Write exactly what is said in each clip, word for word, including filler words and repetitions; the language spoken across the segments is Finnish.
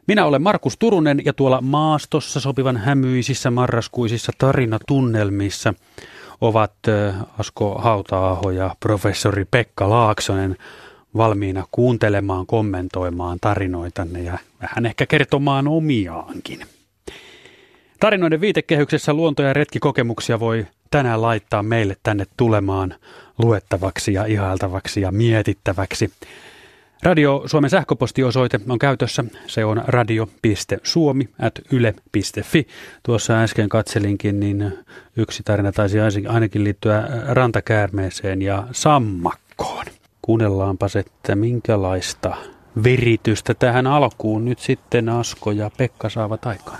Minä olen Markus Turunen ja tuolla maastossa sopivan hämyisissä marraskuisissa tarinatunnelmissa ovat Asko Hauta-aho ja professori Pekka Laaksonen valmiina kuuntelemaan, kommentoimaan tarinoitanne ja vähän ehkä kertomaan omiaankin. Tarinoiden viitekehyksessä luonto- ja retkikokemuksia voi tänään laittaa meille tänne tulemaan luettavaksi ja ihailtavaksi ja mietittäväksi. Radio Suomen sähköpostiosoite on käytössä. Se on radio piste suomi ät yle piste fi. Tuossa äsken katselinkin, niin yksi tarina taisi ainakin liittyä rantakäärmeeseen ja sammakkoon. Kuunnellaanpas, että minkälaista viritystä tähän alkuun nyt sitten Asko ja Pekka saavat aikaan.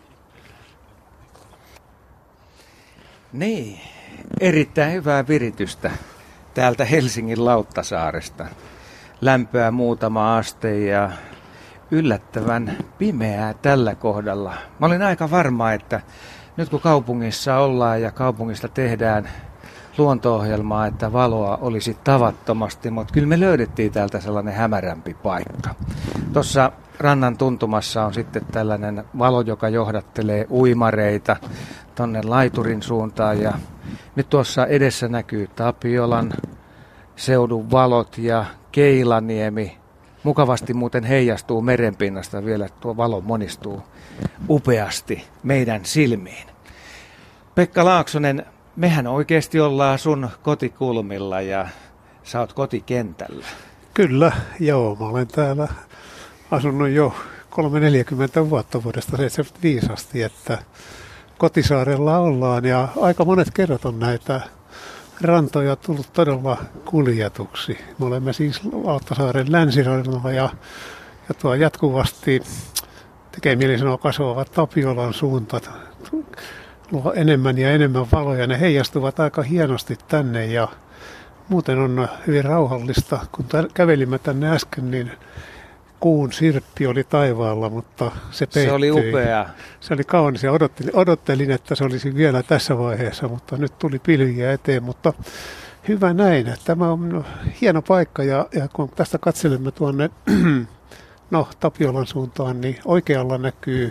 Niin, erittäin hyvää viritystä täältä Helsingin Lauttasaaresta. Lämpöä muutama aste ja yllättävän pimeää tällä kohdalla. Mä olin aika varma, että nyt kun kaupungissa ollaan ja kaupungista tehdään luonto-ohjelmaa, että valoa olisi tavattomasti, mutta kyllä me löydettiin täältä sellainen hämärämpi paikka. Tuossa rannan tuntumassa on sitten tällainen valo, joka johdattelee uimareita tonne laiturin suuntaan ja nyt tuossa edessä näkyy Tapiolan seudun valot ja Keilaniemi. Mukavasti muuten heijastuu merenpinnasta vielä, tuo valo monistuu upeasti meidän silmiin. Pekka Laaksonen, mehän oikeasti ollaan sun kotikulmilla ja sä oot kotikentällä. Kyllä, joo. Mä olen täällä asunut jo kolme neljäkymmentä vuotta vuodesta seitsemänkymmentäviisi asti, että kotisaarella ollaan ja aika monet kerrat on näitä rantoja tullut todella kuljetuksi. Me olemme siis Lauttasaaren länsirannalla ja, ja tuo jatkuvasti tekee mieli sanoa kasvavat Tapiolan suuntaan. Luo enemmän ja enemmän valoja. Ne heijastuvat aika hienosti tänne ja muuten on hyvin rauhallista. Kun kävelimme tänne äsken, niin kuun sirppi oli taivaalla, mutta se peittyi. Se oli upea. Se oli kaunis ja odottelin, odottelin, että se olisi vielä tässä vaiheessa, mutta nyt tuli pilviä eteen. Mutta hyvä näin. Tämä on hieno paikka ja, ja kun tästä katselemme tuonne no, Tapiolan suuntaan, niin oikealla näkyy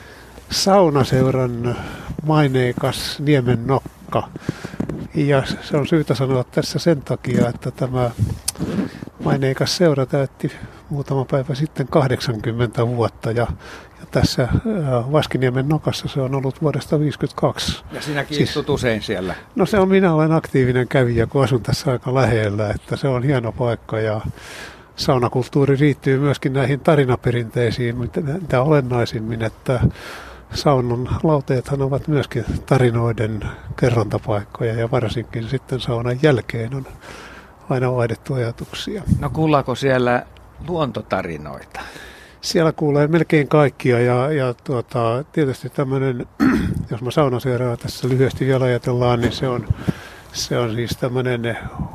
Saunaseuran maineikas Niemen nokka. Ja se on syytä sanoa tässä sen takia, että tämä maineikas seura täytti muutama päivä sitten kahdeksankymmentä vuotta ja, ja tässä Vaskiniemen nokassa se on ollut vuodesta viisikymmentäkaksi. Ja sinäkin siis, istut usein siellä? No se on, minä olen aktiivinen kävijä, kun asun tässä aika lähellä, että se on hieno paikka ja saunakulttuuri riittyy myöskin näihin tarinaperinteisiin, mitä olennaisimmin, että saunan lauteethan ovat myöskin tarinoiden kerrontapaikkoja ja varsinkin sitten saunan jälkeen on aina vaihdettu ajatuksia. No kuullaako siellä luontotarinoita? Siellä kuulee melkein kaikkia ja, ja tuota, tietysti tämmöinen, jos mä saunaseuraa tässä lyhyesti vielä ajatellaan, niin se on, se on siis tämmöinen,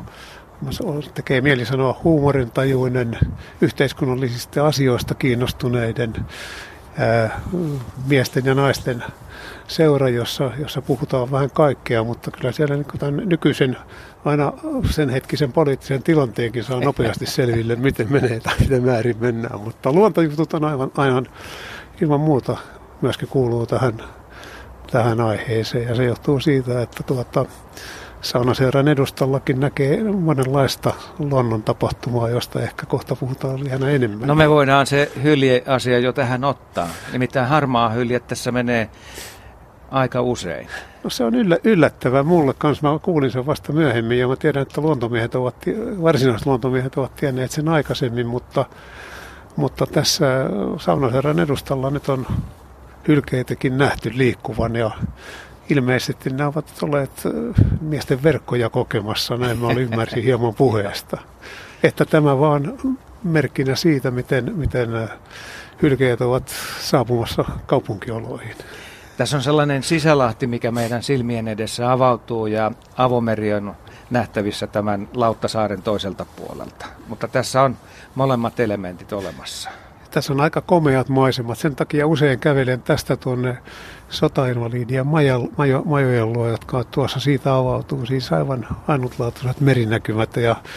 tekee mieli sanoa huumorintajuinen, yhteiskunnallisista asioista kiinnostuneiden ää, miesten ja naisten seura, jossa, jossa puhutaan vähän kaikkea, mutta kyllä siellä niin nykyisen aina sen hetkisen poliittisen tilanteenkin saa nopeasti selville, miten menee tai miten määrin mennään. Mutta luontojutut on aivan, aivan ilman muuta myöskin kuuluu tähän, tähän aiheeseen. Ja se johtuu siitä, että tuota, saunaseuran edustallakin näkee monenlaista luonnon tapahtumaa, josta ehkä kohta puhutaan vielä enemmän. No me voidaan se hyljeasia jo tähän ottaa. Nimittäin harmaa hylje tässä menee aika usein. No se on yllä, yllättävää mulle kanssa. Mä kuulin sen vasta myöhemmin ja mä tiedän, että luontomiehet ovat, varsinaiset luontomiehet ovat tienneet sen aikaisemmin, mutta, mutta tässä saunaseuran edustalla nyt on hylkeitäkin nähty liikkuvan ja ilmeisesti nämä ovat olleet miesten verkkoja kokemassa, näin mä ymmärsin hieman puheesta. Että tämä vaan merkkinä siitä, miten, miten hylkeet ovat saapumassa kaupunkioloihin. Tässä on sellainen sisälahti, mikä meidän silmien edessä avautuu ja avomeri on nähtävissä tämän Lauttasaaren toiselta puolelta. Mutta tässä on molemmat elementit olemassa. Tässä on aika komeat maisemat. Sen takia usein kävelen tästä tuonne sotainvalidien majo, majo, majojen luo, jotka tuossa siitä avautuu. Siis aivan ainutlaatuiset merinäkymät ja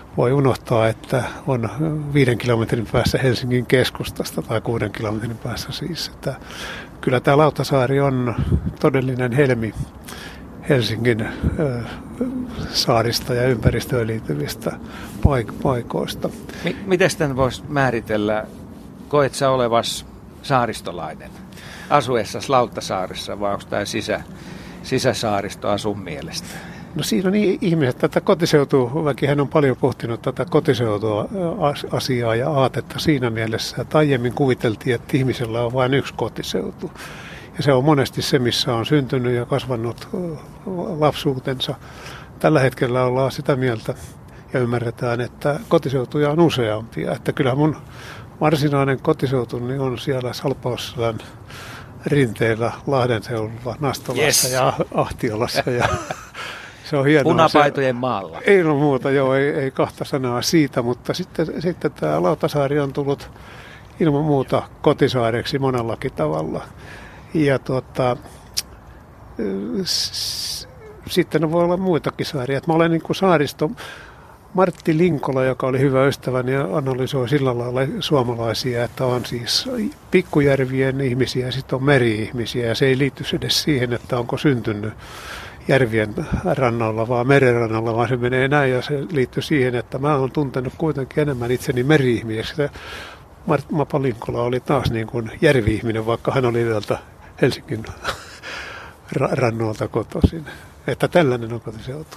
voi unohtaa, että on viiden kilometrin päässä Helsingin keskustasta tai kuuden kilometrin päässä siis. Että kyllä tämä Lauttasaari on todellinen helmi Helsingin ö, saarista ja ympäristöön liittyvistä paik- paikoista. M- miten tämän voisi määritellä? Koet sä olevas saaristolainen asuessasi Lauttasaaressa, vai onko tämä sisä, sisäsaaristo asun mielestä? No siinä on ihmiset, tätä kotiseutuväkihän on paljon pohtinut tätä kotiseutua asiaa ja aatetta siinä mielessä, että aiemmin kuviteltiin, että ihmisellä on vain yksi kotiseutu. Ja se on monesti se, missä on syntynyt ja kasvanut lapsuutensa. Tällä hetkellä ollaan sitä mieltä ja ymmärretään, että kotiseutuja on useampia. Että kyllä mun varsinainen kotiseutuni on siellä Salpausselän rinteillä, Lahden seudulla, Nastolassa yes. ja Ahtiolassa. Ja se on hienoa. Punapaitojen maalla. Ei ole muuta, joo, ei, ei kahta sanaa siitä, mutta sitten, sitten tämä Lauttasaari on tullut ilman muuta kotisaareksi monellakin tavalla. Ja tuota, s- sitten voi olla muitakin saaria. Et mä olen niin kuin saaristo, Martti Linkola, joka oli hyvä ystäväni ja analysoi sillä lailla suomalaisia, että on siis pikkujärvien ihmisiä ja sitten on meri-ihmisiä. Ja se ei liity edes siihen, että onko syntynyt järvien rannalla, vaan merenrannalla, vaan se menee näin. Ja se liittyy siihen, että mä oon tuntenut kuitenkin enemmän itseni meri-ihmiseksi. Mapa Linkola oli taas niin kuin järvi-ihminen, vaikka hän oli täältä Helsingin rannoilta kotoisin. Että tällainen on kotiseutu.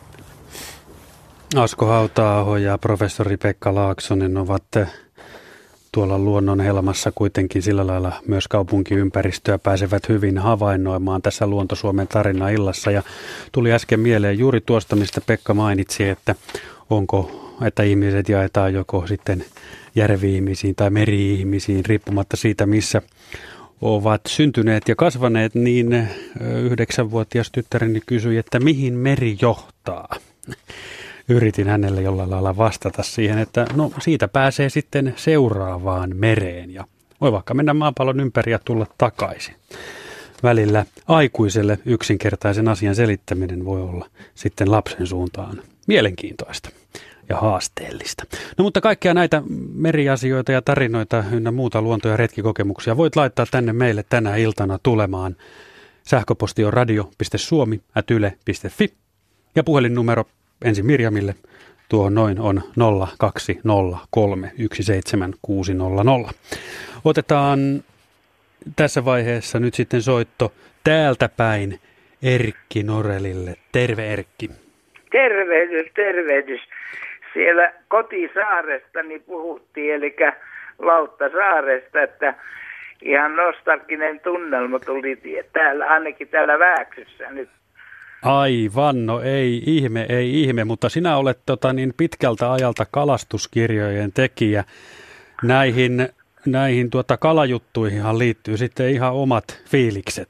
Asko Hauta-aho ja professori Pekka Laaksonen ovat tuolla luonnonhelmassa kuitenkin sillä lailla myös kaupunkiympäristöä pääsevät hyvin havainnoimaan tässä Luonto-Suomen tarina-illassa. Ja tuli äsken mieleen juuri tuosta, mistä Pekka mainitsi, että onko, että ihmiset jaetaan joko sitten järvi-ihmisiin tai meri-ihmisiin, riippumatta siitä, missä ovat syntyneet ja kasvaneet, niin yhdeksänvuotias tyttäreni kysyi, että mihin meri johtaa. Yritin hänelle jollain lailla vastata siihen, että no siitä pääsee sitten seuraavaan mereen ja voi vaikka mennä maapallon ympäri ja tulla takaisin. Välillä aikuiselle yksinkertaisen asian selittäminen voi olla sitten lapsen suuntaan mielenkiintoista ja haasteellista. No mutta kaikkia näitä meriasioita ja tarinoita ynnä muuta luonto- ja retkikokemuksia voit laittaa tänne meille tänä iltana tulemaan. Sähköposti on radio piste suomi ät yle piste fi ja puhelinnumero ensin Mirjamille tuo noin on nolla kaksi nolla kolme yksi seitsemän kuusi nolla nolla. Otetaan tässä vaiheessa nyt sitten soitto täältä päin Erkki Norelille. Terve Erkki. Tervehdys, tervehdys. Siellä kotisaarestani puhuttiin, eli Lauttasaaresta, että ihan nostalginen tunnelma tuli täällä, ainakin täällä Vääksyssä nyt. Aivan, no ei ihme, ei ihme, mutta sinä olet tota, niin pitkältä ajalta kalastuskirjojen tekijä. Näihin, näihin tuota, kalajuttuihinhan liittyy sitten ihan omat fiilikset.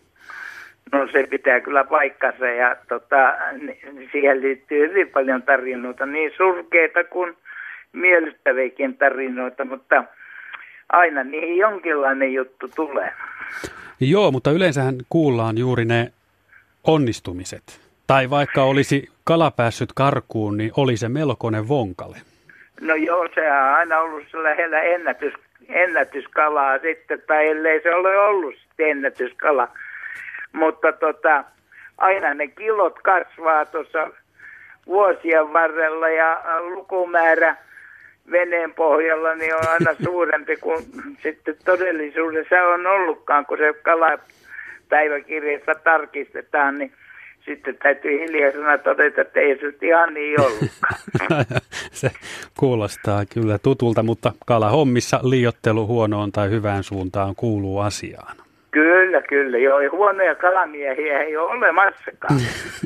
No se pitää kyllä paikkansa ja tota, siihen liittyy hyvin paljon tarinoita, niin surkeita kuin miellyttäviäkin tarinoita, mutta aina niihin jonkinlainen juttu tulee. Joo, mutta yleensähän kuullaan juuri ne onnistumiset. Tai vaikka olisi kala päässyt karkuun, niin oli se melkoinen vonkale. No joo, se on aina ollut lähellä ennätys, ennätyskalaa sitten, tai ellei se ole ollut sitten ennätyskala. Mutta tota, aina ne kilot kasvaa tuossa vuosien varrella ja lukumäärä veneen pohjalla niin on aina suurempi kuin sitten todellisuudessa on ollutkaan, kun se kalapäiväkirjassa tarkistetaan, niin sitten täytyy hiljaisena todeta, että ei se ihan niin ollutkaan. Se kuulostaa kyllä tutulta, mutta kalahommissa liioittelu huonoon tai hyvään suuntaan kuuluu asiaan. Kyllä, kyllä. Joo, huonoja kalamiehiä ei ole olemassakaan.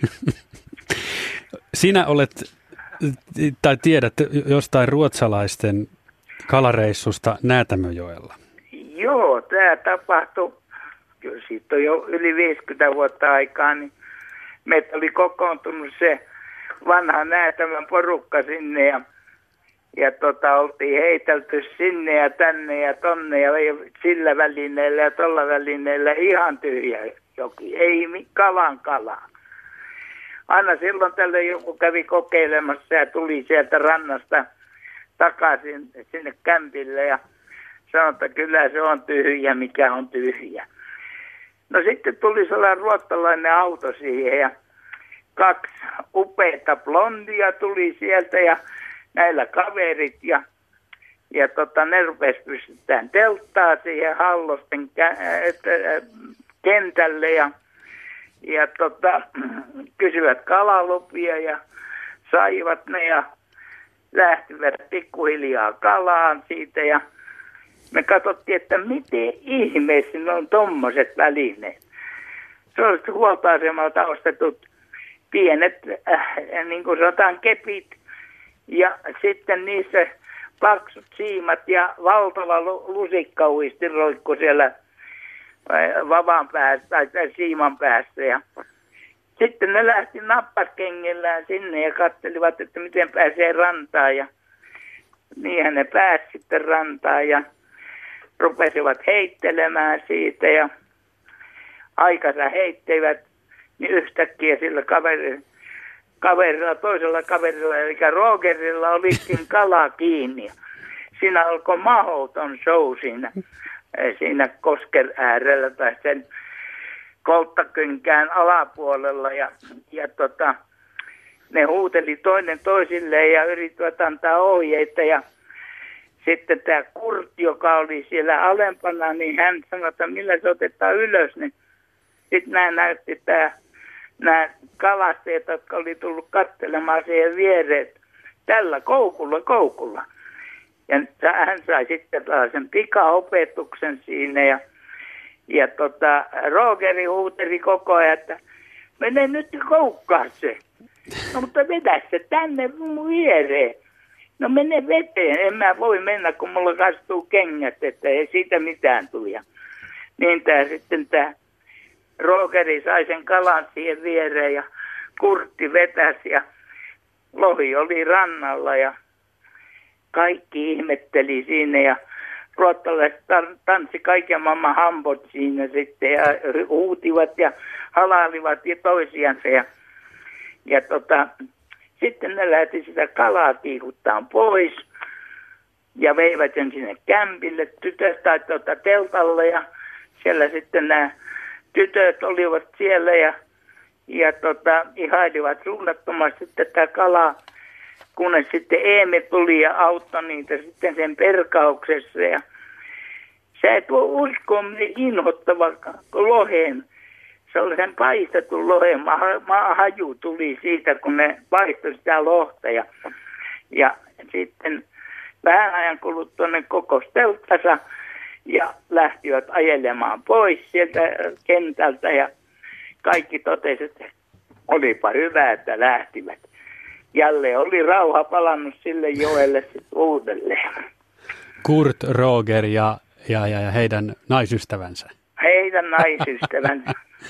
Sinä olet, tai tiedät jostain ruotsalaisten kalareissusta Näätämöjoella. Joo, tämä tapahtui, kyllä siitä on jo yli viisikymmentä vuotta aikaa, niin meitä oli kokoontunut se vanha Näätämön porukka sinne ja Ja tota, oltiin heitelty sinne ja tänne ja tonne ja sillä välineellä ja tolla välineellä ihan tyhjä joki. Ei kalan kalaa. aina silloin tällöin joku kävi kokeilemassa ja tuli sieltä rannasta takaisin sinne kämpille ja sanoi, että kyllä se on tyhjä, mikä on tyhjä. No sitten tuli sellainen ruottalainen auto siihen ja kaksi upeita blondia tuli sieltä ja näillä kaverit ja, ja tota, ne rupesi pystytään telttaa siihen Hallosten kä- et, et, kentälle ja, ja tota, kysyivät kalalupia ja saivat ne ja lähtivät pikkuhiljaa kalaan siitä ja me katsottiin, että miten ihmeessä ne on tommoset välineet. Se oli huoltoasemalta ostetut pienet, äh, niin kuin sanotaan, kepit ja sitten niissä paksut siimat ja valtava lusikkauisti roikku siellä vavan päässä tai siiman päässä. Ja sitten ne lähti nappaskengellään sinne ja katselivat, että miten pääsee rantaan ja niinhän ne pääsi sitten rantaan ja rupesivat heittelemään siitä ja aikansa heitteivät, niin yhtäkkiä sillä kaverilla, kaverilla, toisella kaverilla, eli Rogerilla olikin kala kiinni. Siinä alkoi mahdoton show siinä, siinä kosken äärellä tai sen kolttakynkään alapuolella ja, ja tota, ne huuteli toinen toisilleen ja yrittivät antaa ohjeita ja sitten tämä Kurt, joka oli siellä alempana, niin hän sanoi, että millä se otetaan ylös. Niin sitten nämä näytti tämä, nämä kalastajat, jotka oli tullut katselemaan siihen viereen, tällä koukulla, koukulla. Ja hän sai sitten tällaisen pikaopetuksen siinä ja, ja tota, Rogeri huuteli koko ajan, että mene nyt koukkaa se. No mutta vedä se tänne mun viereen. No mene veteen, en mä voi mennä, kun mulla kastuu kengät, että ei siitä mitään tule. Niin tää sitten tää Rogeri sai sen kalan siihen viereen ja Kurtti vetäsi ja lohi oli rannalla ja kaikki ihmetteli siinä ja ruottalaiset tanssi kaiken maailman hambot siinä sitten ja huutivat ja halailivat ja toisiansa ja, ja tota... Sitten ne lähti sitä kalaa kiikuttaan pois ja veivät sen sinne kämpille tytöt tai tuota, teltalle ja siellä sitten nämä tytöt olivat siellä ja, ja tota, ihailivat suunnattomasti tätä kalaa, kunnes sitten Eemi tuli ja auttoi niitä sitten sen perkauksessa ja sä et voi uskoa, miten inhottava lohen. Se oli sen paistetun lohen maahaju tuli siitä, kun ne paistoi sitä lohta. Ja, ja sitten vähän ajan kuluttua ne kokosi telttansa ja lähtivät ajelemaan pois sieltä kentältä. Ja kaikki totesivat, että olipa hyvä, että lähtivät. Jälleen oli rauha palannut sille joelle sitten uudelleen. Kurt, Roger ja, ja, ja, ja heidän naisystävänsä. Heidän naisystävänsä.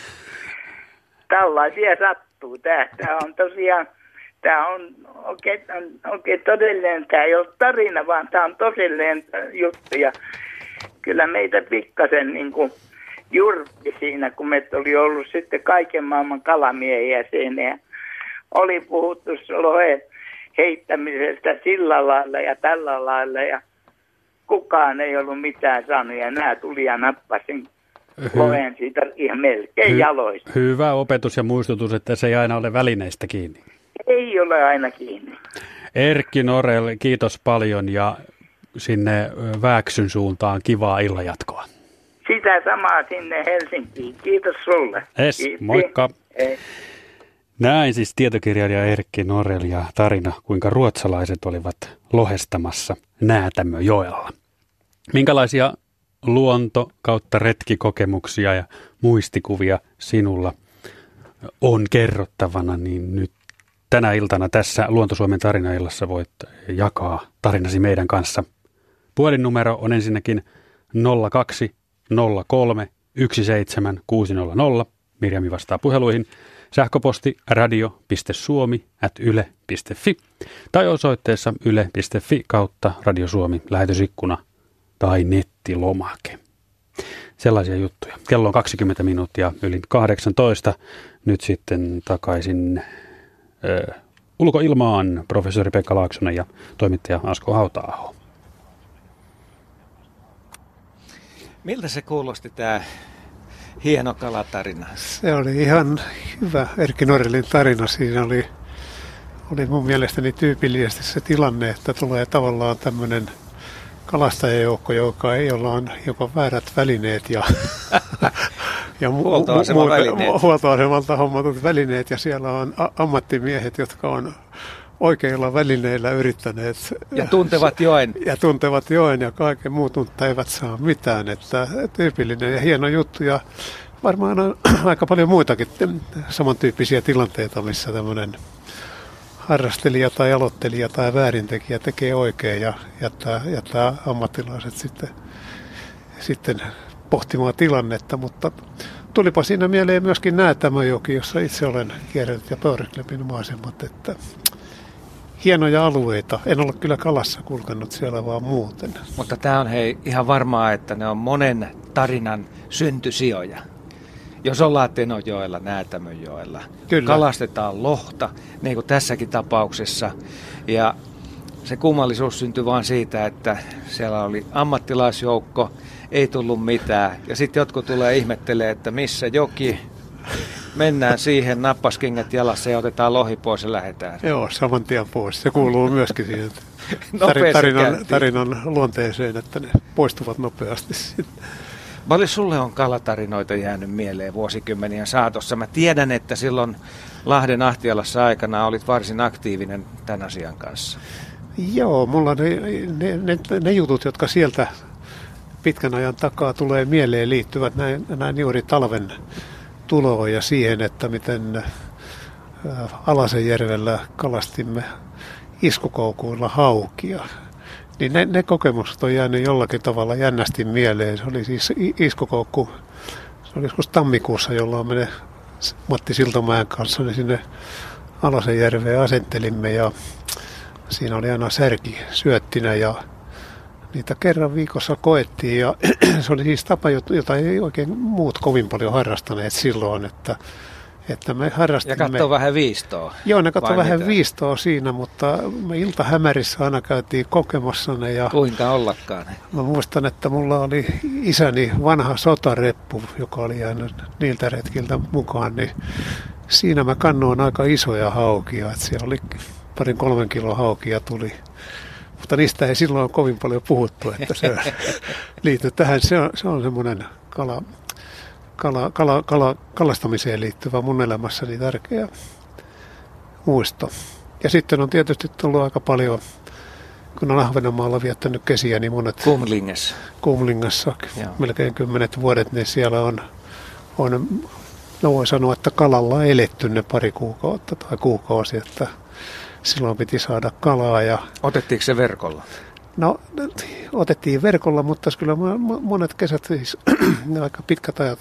Tällaisia sattuu. Tämä, tämä on tosiaan, tämä on oikein, oikein todellinen, tämä ei ole tarina, vaan tämä on todellinen juttu. Ja kyllä meitä pikkasen niin kuin jurppi siinä, kun me oli ollut sitten kaiken maailman kalamiehiä siinä. Ja oli puhuttu lohen heittämisestä sillä lailla ja tällä lailla ja kukaan ei ollut mitään saanut ja nämä tuli ja nappasin. Lohen siitä ihan melkein Hy- jaloista. Hyvä opetus ja muistutus, että se ei aina ole välineistä kiinni. Ei ole aina kiinni. Erkki Norell, kiitos paljon ja sinne Vääksyn suuntaan kivaa illanjatkoa. Sitä samaa sinne Helsinkiin. Kiitos sulle. Es, moikka. Ei. Näin siis tietokirjailija Erkki Norell ja tarina, kuinka ruotsalaiset olivat lohestamassa Näätämöjoella. Minkälaisia luonto kautta retkikokemuksia ja muistikuvia sinulla on kerrottavana, niin nyt tänä iltana tässä Luonto-Suomen tarinaillassa voit jakaa tarinasi meidän kanssa. Puhelinnumero on ensinnäkin nolla kaksi nolla kolme yksi seitsemän kuusi nolla nolla. Mirjami vastaa puheluihin. Sähköposti radio piste suomi ät yle piste fi tai osoitteessa yle piste fi kautta Radio Suomi lähetysikkuna tai nettilomake. Sellaisia juttuja. Kello on kaksikymmentä minuuttia yli kahdeksantoista. Nyt sitten takaisin ö, ulkoilmaan professori Pekka Laaksonen ja toimittaja Asko Hauta-aho. Miltä se kuulosti tämä hieno kalatarina? Se oli ihan hyvä Erkki Norelin tarina. Siinä oli, oli mun mielestäni tyypillisesti se tilanne, että tulee tavallaan tämmöinen kalastajajoukko, joka ei jolla on joko väärät välineet ja, ja mu- huoltoaseman välineet. huoltoasemalta hommatut välineet, ja siellä on a- ammattimiehet, jotka on oikeilla välineillä yrittäneet. Ja tuntevat joen. Ja tuntevat joen ja kaiken muut, mutta eivät saa mitään. Että tyypillinen ja hieno juttu, ja varmaan on aika paljon muitakin samantyyppisiä tilanteita, missä tämmöinen harrastelija tai aloittelija tai väärintekijä tekee oikein ja jättää, jättää ammattilaiset sitten, sitten pohtimaan tilannetta. Mutta tulipa siinä mieleen myöskin Näätämöjoki, jossa itse olen kierrellyt, ja Pöyriklepin maisemat, että hienoja alueita. En ole kyllä kalassa kulkenut siellä, vaan muuten. Mutta tämä on hei ihan varmaa, että ne on monen tarinan syntysijoja. Jos ollaan Tenojoella, Näätämöjoella, Kyllä. kalastetaan lohta, niin kuin tässäkin tapauksessa. Ja se kummallisuus syntyi vaan siitä, että siellä oli ammattilaisjoukko, ei tullut mitään. Ja sitten jotkut tulee ihmettelee, että missä joki. Mennään siihen, nappaskengät jalassa ja otetaan lohi pois ja lähdetään. Joo, saman tien pois. Se kuuluu myöskin siihen tar- tarinan, tarinan luonteeseen, että ne poistuvat nopeasti. Paljon sulle on kalatarinoita jäänyt mieleen vuosikymmenien saatossa? Mä tiedän, että silloin Lahden Ahtialassa aikana olit varsin aktiivinen tämän asian kanssa. Joo, mulla ne, ne, ne, ne jutut, jotka sieltä pitkän ajan takaa tulee mieleen, liittyvät näin, näin juuri talven tuloon ja siihen, että miten Alasenjärvellä kalastimme iskukoukuilla haukia. Niin ne, ne kokemukset on jäänyt jollakin tavalla jännästi mieleen. Se oli siis iskukoukku, se oli joskus tammikuussa, jolloin me Matti Siltamäen kanssa niin sinne Alasenjärveen asentelimme, ja siinä oli aina särki syöttinä ja niitä kerran viikossa koettiin, ja se oli siis tapa, jota ei oikein muut kovin paljon harrastaneet silloin, että Että me harrastimme. Ja katsoi vähän viistoa. Joo, ne katsoi vähän mitä? viistoa siinä, mutta me iltahämärissä aina käytiin kokemassa ne. Ja kuinka ollakaan. Mä muistan, että mulla oli isäni vanha sotareppu, joka oli jäänyt niiltä retkiltä mukaan, niin siinä mä kannoin aika isoja haukia. Että siellä oli parin kolmen kilon haukia tuli. Mutta niistä ei silloin kovin paljon puhuttu, että se liittyy tähän. Se on, se on semmoinen kala... Kala, kala, kala, kalastamiseen liittyvä mun elämässäni tärkeä muisto. Ja sitten on tietysti tullut aika paljon, kun on Ahvenanmaalla viettänyt kesiä, niin monet Kumlingassa. Kumlingassa melkein kymmenet vuodet, niin siellä on, on, no voi sanoa, että kalalla eletty ne pari kuukautta tai kuukausi, että silloin piti saada kalaa. Ja otettiinko se verkolla? No, otettiin verkolla, mutta kyllä monet kesät, siis aika pitkät ajat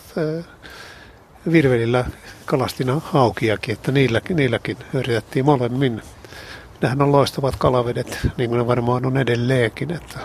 virvelillä kalastina haukiakin, että niilläkin, niilläkin yritettiin molemmin. Nehän on loistavat kalavedet, niin kuin ne varmaan on edelleenkin, että,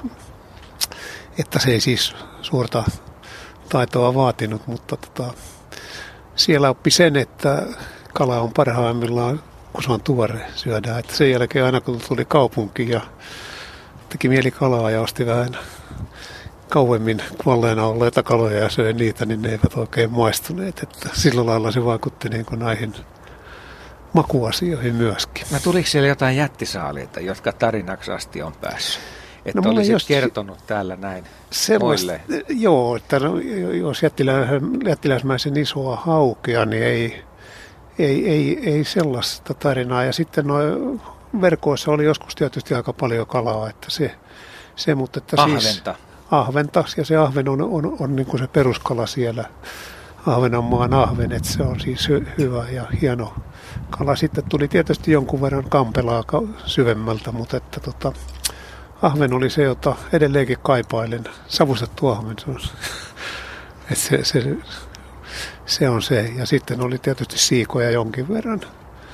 että se ei siis suurta taitoa vaatinut, mutta tota, siellä oppi sen, että kala on parhaimmillaan, kun se on tuore, syödään. Että sen jälkeen aina kun tuli kaupunki ja teki mieli kalaa ja osti vähän kauemmin kuolleena olleita kaloja ja söi niitä, niin ne eivät oikein maistuneet. Että sillä lailla se vaikutti niin kuin näihin makuasioihin myöskin. No tuliko siellä jotain jättisaaliita, jotka tarinaksi asti on päässyt? Että no, olisit jos kertonut täällä näin muille. Joo, että no, jos jättiläismäisen isoa haukea, niin ei, ei, ei, ei sellaista tarinaa. Ja sitten noin verkoissa oli joskus tietysti aika paljon kalaa, että se, se mutta että ahventa. Siis ahventa, ja se ahven on, on, on niin kuin se peruskala siellä, Ahvenanmaan ahven, että se on siis hy, hyvä ja hieno kala. Sitten tuli tietysti jonkun verran kampelaa syvemmältä, mutta että tota, ahven oli se, jota edelleenkin kaipailen, savustettu ahven, se on se, se, se on se, ja sitten oli tietysti siikoja jonkin verran.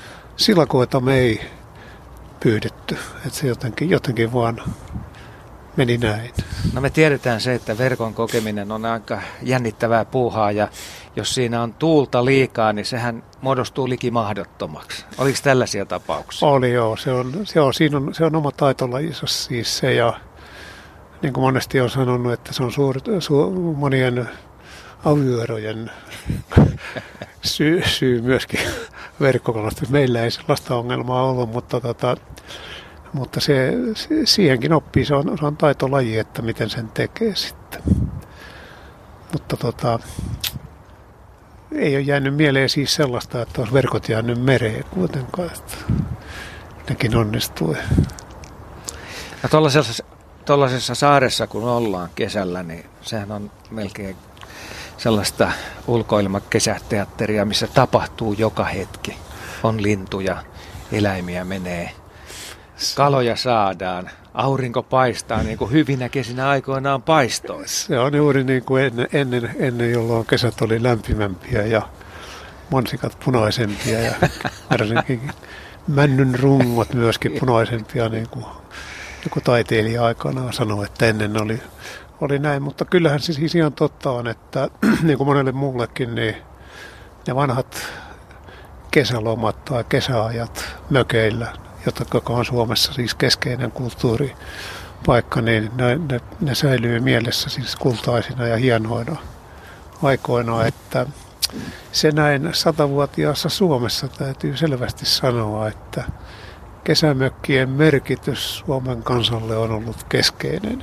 Silakoita me ei pyydetty, että se jotenkin, jotenkin vaan meni näin. No me tiedetään se, että verkon kokeminen on aika jännittävää puuhaa ja jos siinä on tuulta liikaa, niin sehän muodostuu liki mahdottomaksi. Oliko tällaisia tapauksia? Oli joo, se on, se on, siinä on, se on oma taitolajissa siis se ja niin kuin monesti on sanonut, että se on suur, su, monien avioerojen syy, syy myöskin verkkokalastuksessa. Meillä ei sellaista ongelmaa ollut, mutta, tota, mutta se, se, siihenkin oppii. Se on, se on taitolaji, että miten sen tekee sitten. Mutta tota, ei ole jäänyt mieleen siis sellaista, että olisi verkot jäänyt mereen kuitenkaan. Että nekin onnistuu. No tuollaisessa, tuollaisessa saaressa kun ollaan kesällä, niin sehän on melkein sellaista ulkoilmakesäteatteria, missä tapahtuu joka hetki. On lintuja, eläimiä menee, kaloja saadaan, aurinko paistaa niin kuin hyvinä kesinä aikoinaan paistoi. Se on juuri niin kuin ennen, ennen, ennen jolloin kesät oli lämpimämpiä ja mansikat punaisempia ja varsinkin männyn rungot myöskin punaisempia, niin kuin joku taiteilija aikanaan sanoi, että ennen oli Oli näin, mutta kyllähän se siis ihan totta on, että niin kuin monelle muullekin, niin ne vanhat kesälomat tai kesäajat mökeillä, joka on Suomessa siis keskeinen kulttuuripaikka, niin ne, ne, ne säilyy mielessä siis kultaisina ja hienoina aikoina, että se näin satavuotiaassa Suomessa täytyy selvästi sanoa, että kesämökkien merkitys Suomen kansalle on ollut keskeinen.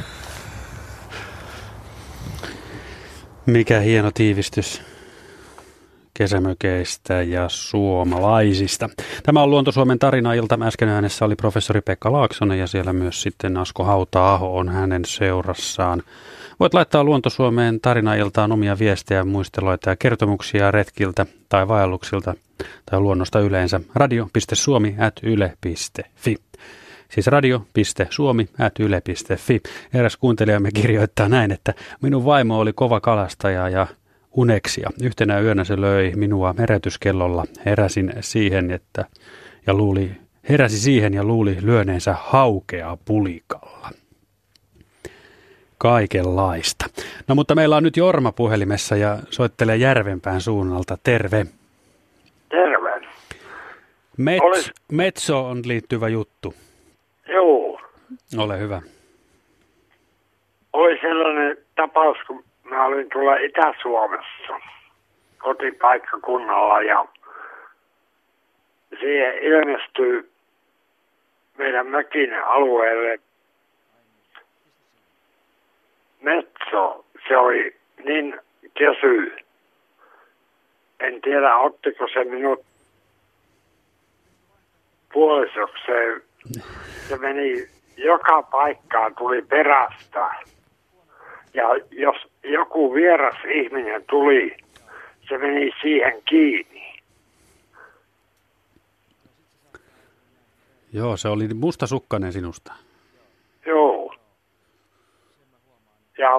Mikä hieno tiivistys kesämökeistä ja suomalaisista. Tämä on Luonto-Suomen tarinailta. Äsken äänessä oli professori Pekka Laaksonen ja siellä myös sitten Asko Hauta-aho on hänen seurassaan. Voit laittaa Luonto-Suomeen tarinailtaan omia viestejä, muisteloita ja kertomuksia retkiltä tai vaelluksilta tai luonnosta yleensä. radio piste suomi ät yle piste fi. Siis radio piste suomi ät yle piste fi. Eräs kuuntelijamme kirjoittaa näin, että minun vaimo oli kova kalastaja ja uneksia. Yhtenä yönä se löi minua herätyskellolla. Heräsin siihen, että ja luuli, heräsi siihen ja luuli lyöneensä haukea pulikalla. Kaikenlaista. No mutta meillä on nyt Jorma puhelimessa ja soittelee Järvenpään suunnalta. Terve. Terve. Mets, Olis... Metsoon liittyvä juttu. Joo. Ole hyvä. Oli sellainen tapaus, kun mä olin tuolla Itä-Suomessa kotipaikkakunnalla ja siihen ilmestyi meidän mökin alueelle metso. Se oli niin kesy. En tiedä, ottiko se minut puolisokseen. Se meni joka paikkaan, tuli perästä. Ja jos joku vieras ihminen tuli, se meni siihen kiinni. Joo, se oli mustasukkainen sinusta. Joo. Ja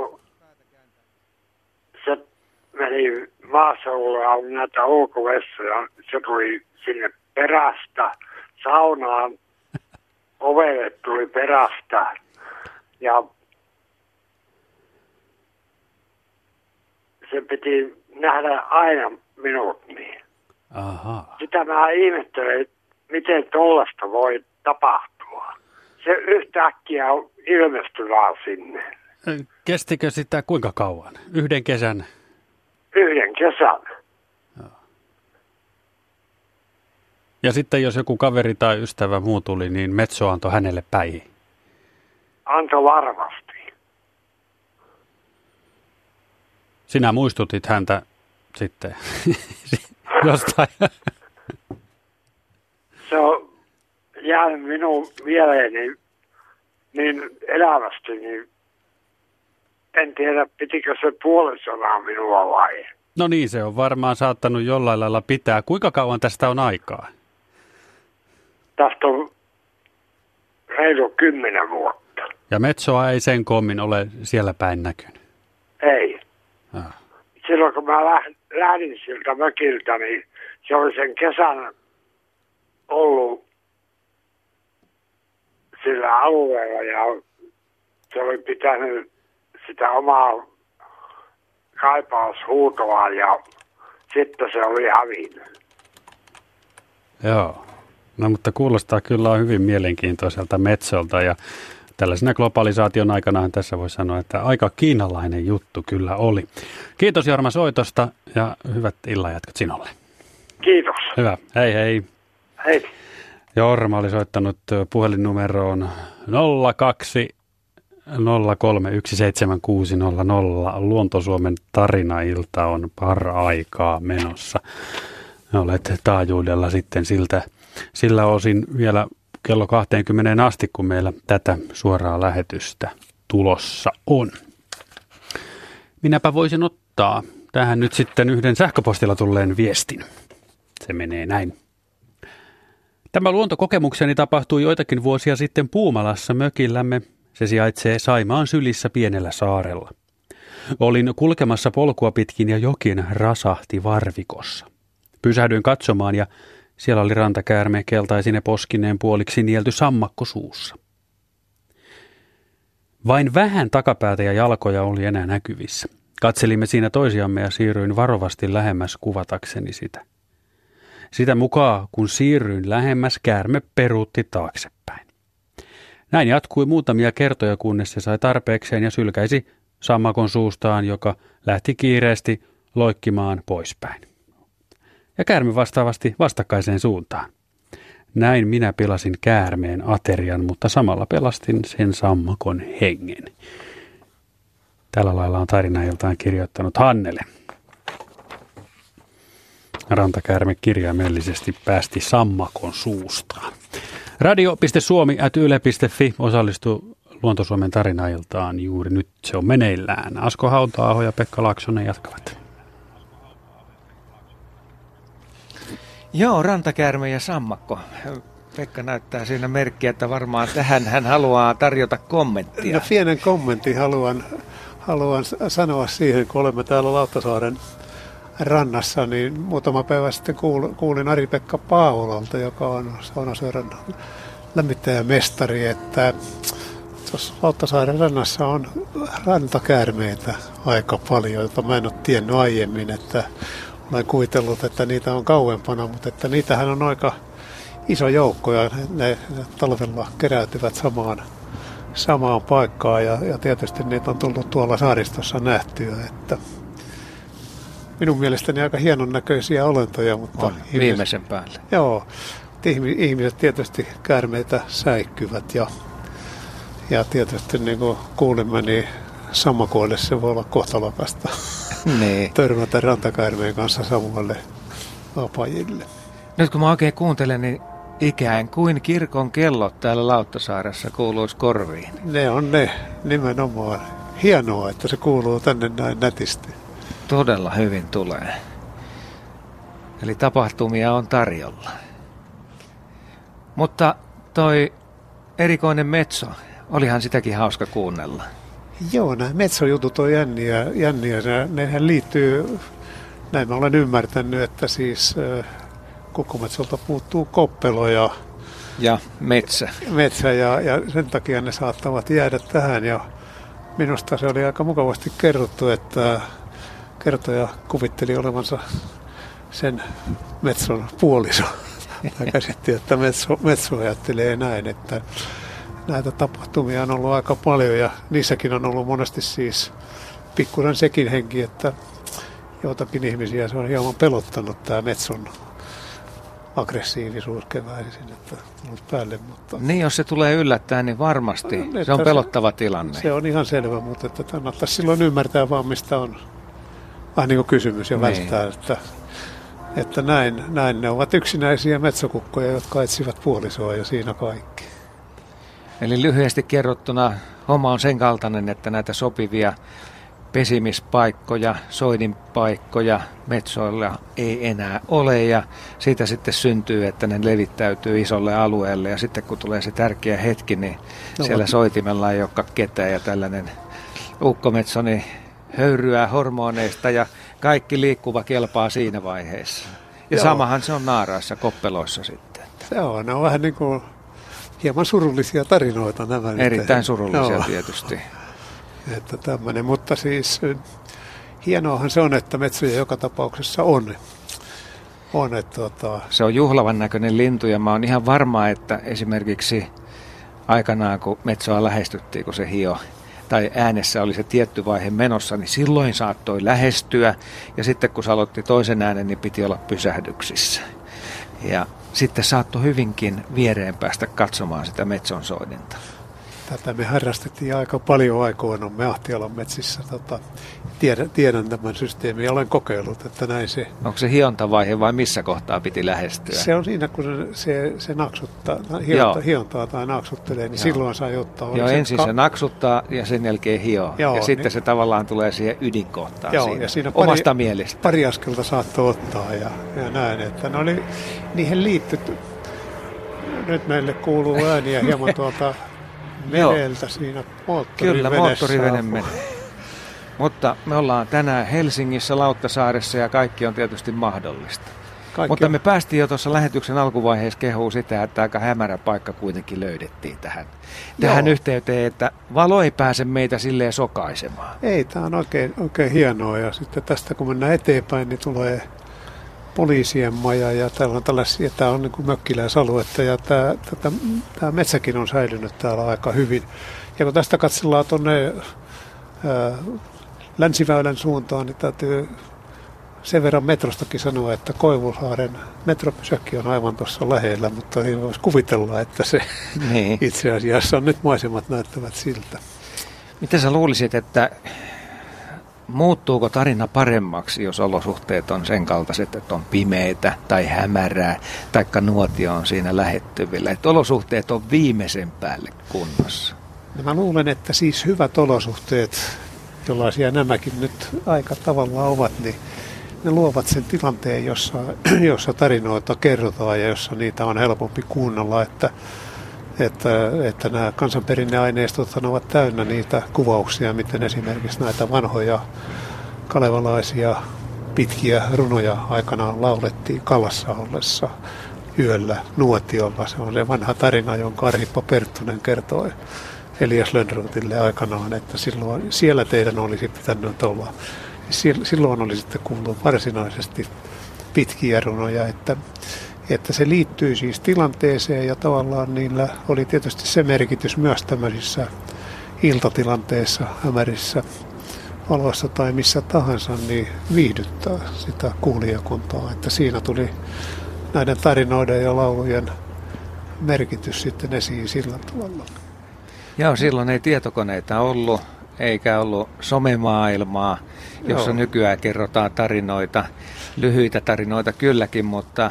se meni maaseudulla, on näitä ulkovessoja, se tuli sinne perästä, saunaan, ovelle tuli perästä ja se piti nähdä aina minut niin. Aha. Sitä mä ihmettelen, miten tollasta voi tapahtua. Se yhtäkkiä ilmestyi vaan sinne. Kestikö sitä kuinka kauan? Yhden kesän? Yhden kesän. Ja sitten jos joku kaveri tai ystävä muu tuli, niin metso antoi hänelle päihin. Antoi varmasti. Sinä muistutit häntä sitten jostain. Se on jäänyt minun mieleeni niin elävästi, niin en tiedä, pitikö se puolisonaa minua vai. No niin, se on varmaan saattanut jollain lailla pitää. Kuinka kauan tästä on aikaa? Tästä on reilu kymmenen vuotta. Ja metsoa ei sen kommin ole siellä päin näkynyt? Ei. Ah. Silloin kun mä lähdin siltä mökiltä, niin se oli sen kesän ollut sillä alueella ja se oli pitänyt sitä omaa kaipaushuutoa ja sitten se oli hävinnyt. Joo, no mutta kuulostaa kyllä hyvin mielenkiintoiselta metsolta ja tällaisena globalisaation aikana tässä voi sanoa, että aika kiinalainen juttu kyllä oli. Kiitos Jorma soitosta ja hyvät illanjatkot sinulle. Kiitos. Hyvä, hei hei. Hei. Jorma oli soittanut puhelinnumeroon nolla kaksi nolla kolme yksi seitsemän kuusi nolla nolla. Luontosuomen tarinailta on para-aikaa menossa. Olet taajuudella sitten siltä, sillä osin vielä kello kaksikymmentä asti, kun meillä tätä suoraa lähetystä tulossa on. Minäpä voisin ottaa tähän nyt sitten yhden sähköpostilla tulleen viestin. Se menee näin. Tämä luontokokemukseni tapahtui joitakin vuosia sitten Puumalassa mökillämme. Se sijaitsee Saimaan sylissä pienellä saarella. Olin kulkemassa polkua pitkin ja jokin rasahti varvikossa. Pysähdyin katsomaan ja siellä oli rantakäärme keltaisine poskineen puoliksi nielty sammakko suussa. Vain vähän takapäätä ja jalkoja oli enää näkyvissä. Katselimme siinä toisiamme ja siirryin varovasti lähemmäs kuvatakseni sitä. Sitä mukaan, kun siirryin lähemmäs, käärme peruutti taaksepäin. Näin jatkui muutamia kertoja, kunnes se sai tarpeekseen ja sylkäisi sammakon suustaan, joka lähti kiireesti loikkimaan poispäin. Ja käärme vastaavasti vastakkaiseen suuntaan. Näin minä pelasin käärmeen aterian, mutta samalla pelastin sen sammakon hengen. Tällä lailla on tarinailtaan kirjoittanut Hannele. Rantakäärme kirjaimellisesti päästi sammakon suustaan. radio piste suomi ät yle piste fi osallistuu Luontosuomen tarinailtaan juuri nyt. Se on meneillään. Asko Hauta-aho ja Pekka Laaksonen jatkavat. Joo, rantakäärme ja sammakko. Pekka näyttää siinä merkkiä, että varmaan tähän hän haluaa tarjota kommenttia. No pienen kommentin haluan, haluan sanoa siihen, kun olemme täällä Lauttasaaren rannassa, niin muutama päivä sitten kuulin Ari-Pekka Paavololta, joka on Saunasyörän lämmittäjämestari, että tuossa Lauttasaaren rannassa on rantakäärmeitä aika paljon, jota mä en ole tiennyt aiemmin, että olen kuvitellut, että niitä on kauempana, mutta että niitähän on aika iso joukko ja ne talvella keräytyvät samaan, samaan paikkaan ja, ja tietysti niitä on tullut tuolla saaristossa nähtyä, että minun mielestäni aika hienon näköisiä olentoja, mutta on, ihmiset, viimeisen päälle. Joo, ihmiset tietysti käärmeitä säikkyvät ja, ja tietysti niin kuin kuulimme, niin sammakoille se voi olla kohtalokasta niin. Törmätä rantakäärmeen kanssa samoille apajille. Nyt kun mä oikein kuuntelen, niin ikään kuin kirkon kellot täällä Lauttasaaressa kuuluisi korviin. Ne on ne, nimenomaan. Hienoa, että se kuuluu tänne näin nätisti. Todella hyvin tulee. Eli tapahtumia on tarjolla. Mutta toi erikoinen metso, olihan sitäkin hauska kuunnella. Joo, nämä metsojutut on jänniä, jänniä. Nehän liittyy, näin mä olen ymmärtänyt, että siis kukkometsolta puuttuu koppelo ja, ja metsä. metsä ja, ja sen takia ne saattavat jäädä tähän. Ja minusta se oli aika mukavasti kerrottu, että kertoja kuvitteli olevansa sen metson puoliso. Hän käsitti, että metso, metso ajattelee näin, että näitä tapahtumia on ollut aika paljon ja niissäkin on ollut monesti siis pikkuinen sekin henki, että joitakin ihmisiä se on hieman pelottanut tämä metson aggressiivisuus keväisin, että tullut päälle. Mutta niin, jos se tulee yllättäen, niin varmasti no, se on pelottava se, tilanne. Se on ihan selvä, mutta että kannattaisi silloin ymmärtää vaan, mistä on vähän niin kuin kysymys ja niin. välttää, että, että näin, näin ne ovat yksinäisiä metsokukkoja, jotka etsivät puolisoa ja siinä kaikki. Eli lyhyesti kerrottuna homma on sen kaltainen, että näitä sopivia pesimispaikkoja, soidinpaikkoja metsoilla ei enää ole ja siitä sitten syntyy, että ne levittäytyy isolle alueelle ja sitten kun tulee se tärkeä hetki, niin no, siellä soitimella ei olekaan ketään ja tällainen ukkometso niin höyryää hormoneista ja kaikki liikkuva kelpaa siinä vaiheessa. Ja Joo. samahan se on naaraissa, koppeloissa sitten. Joo, ne on vähän niin kuin hieman surullisia tarinoita nämä. Erittäin nyt. surullisia Joo. tietysti. Että tämmöinen, mutta siis hienoahan se on, että metsoja joka tapauksessa on. on että, tota... Se on juhlavan näköinen lintu ja mä oon ihan varma, että esimerkiksi aikanaan kun metsoa lähestyttiin, kun se hio tai äänessä oli se tietty vaihe menossa, niin silloin saattoi lähestyä ja sitten kun se aloitti toisen äänen, niin piti olla pysähdyksissä. Ja sitten saattoi hyvinkin viereen päästä katsomaan sitä metson soidinta. Tätä me harrastettiin aika paljon aikoina Ahtialan metsissä. Tota, tiedän, tiedän tämän systeemin ja olen kokeillut, että näin se... Onko se hiontavaihe vai missä kohtaa piti lähestyä? Se on siinä, kun se, se, se naksuttaa, hionta, hiontaa tai naksuttelee, niin Joo. silloin saa ottaa... Joo, se ensin ka- se naksuttaa ja sen jälkeen hio. Joo, ja sitten niin... se tavallaan tulee siihen ydinkohtaan Joo, siinä, ja siinä omasta pari, mielestä. Pari askelta saattoi ottaa ja, ja näin, että ne oli, niihin liittyy... Nyt meille kuuluu ääniä hieman tuolta... mereltä siinä moottorivenessä. Kyllä, moottorivene menee. Mutta me ollaan tänään Helsingissä, Lauttasaaressa ja kaikki on tietysti mahdollista. Kaikki Mutta on. Me päästiin jo tuossa lähetyksen alkuvaiheessa kehuun sitä, että aika hämärä paikka kuitenkin löydettiin tähän, tähän yhteyteen, että valo ei pääse meitä silleen sokaisemaan. Ei, tämä on oikein, oikein hienoa ja sitten tästä kun mennään eteenpäin, niin tulee poliisien maja ja täällä on tällaisia, tämä on niin kuin mökkiläisaluetta ja tämä, tätä, tämä metsäkin on säilynyt täällä aika hyvin. Ja kun tästä katsellaan tuonne Länsiväylän suuntaan, niin täytyy sen verran metrostakin sanoa, että Koivusaaren metropysäkki on aivan tuossa lähellä, mutta ei voisi kuvitella, että se niin. itse asiassa on nyt maisemat näyttävät siltä. Miten sä luulisit, että muuttuuko tarina paremmaksi, jos olosuhteet on sen kaltaiset, että on pimeitä tai hämärää, taikka nuotio on siinä lähettyvillä, että olosuhteet on viimeisen päälle kunnossa? No mä luulen, että siis hyvät olosuhteet, jollaisia nämäkin nyt aika tavallaan ovat, niin ne luovat sen tilanteen, jossa, jossa tarinoita kerrotaan ja jossa niitä on helpompi kuunnella, että, että, että nämä kansanperinneaineistot ovat täynnä niitä kuvauksia, miten esimerkiksi näitä vanhoja kalevalaisia pitkiä runoja aikanaan laulettiin Kallassa ollessa yöllä nuotiolla. Se on se vanha tarina, jonka Arhippo Perttunen kertoi Elias Lönnrotille aikanaan, että silloin siellä teidän olisi pitänyt olla. Silloin oli sitten kuullut varsinaisesti pitkiä runoja, että, että se liittyy siis tilanteeseen ja tavallaan niillä oli tietysti se merkitys myös tämmöisissä iltatilanteissa, hämärissä valoissa tai missä tahansa, niin viihdyttää sitä kuulijakuntaa, että siinä tuli näiden tarinoiden ja laulujen merkitys sitten esiin sillä tavalla. Joo, silloin ei tietokoneita ollut, eikä ollut somemaailmaa, jossa Joo. nykyään kerrotaan tarinoita, lyhyitä tarinoita kylläkin, mutta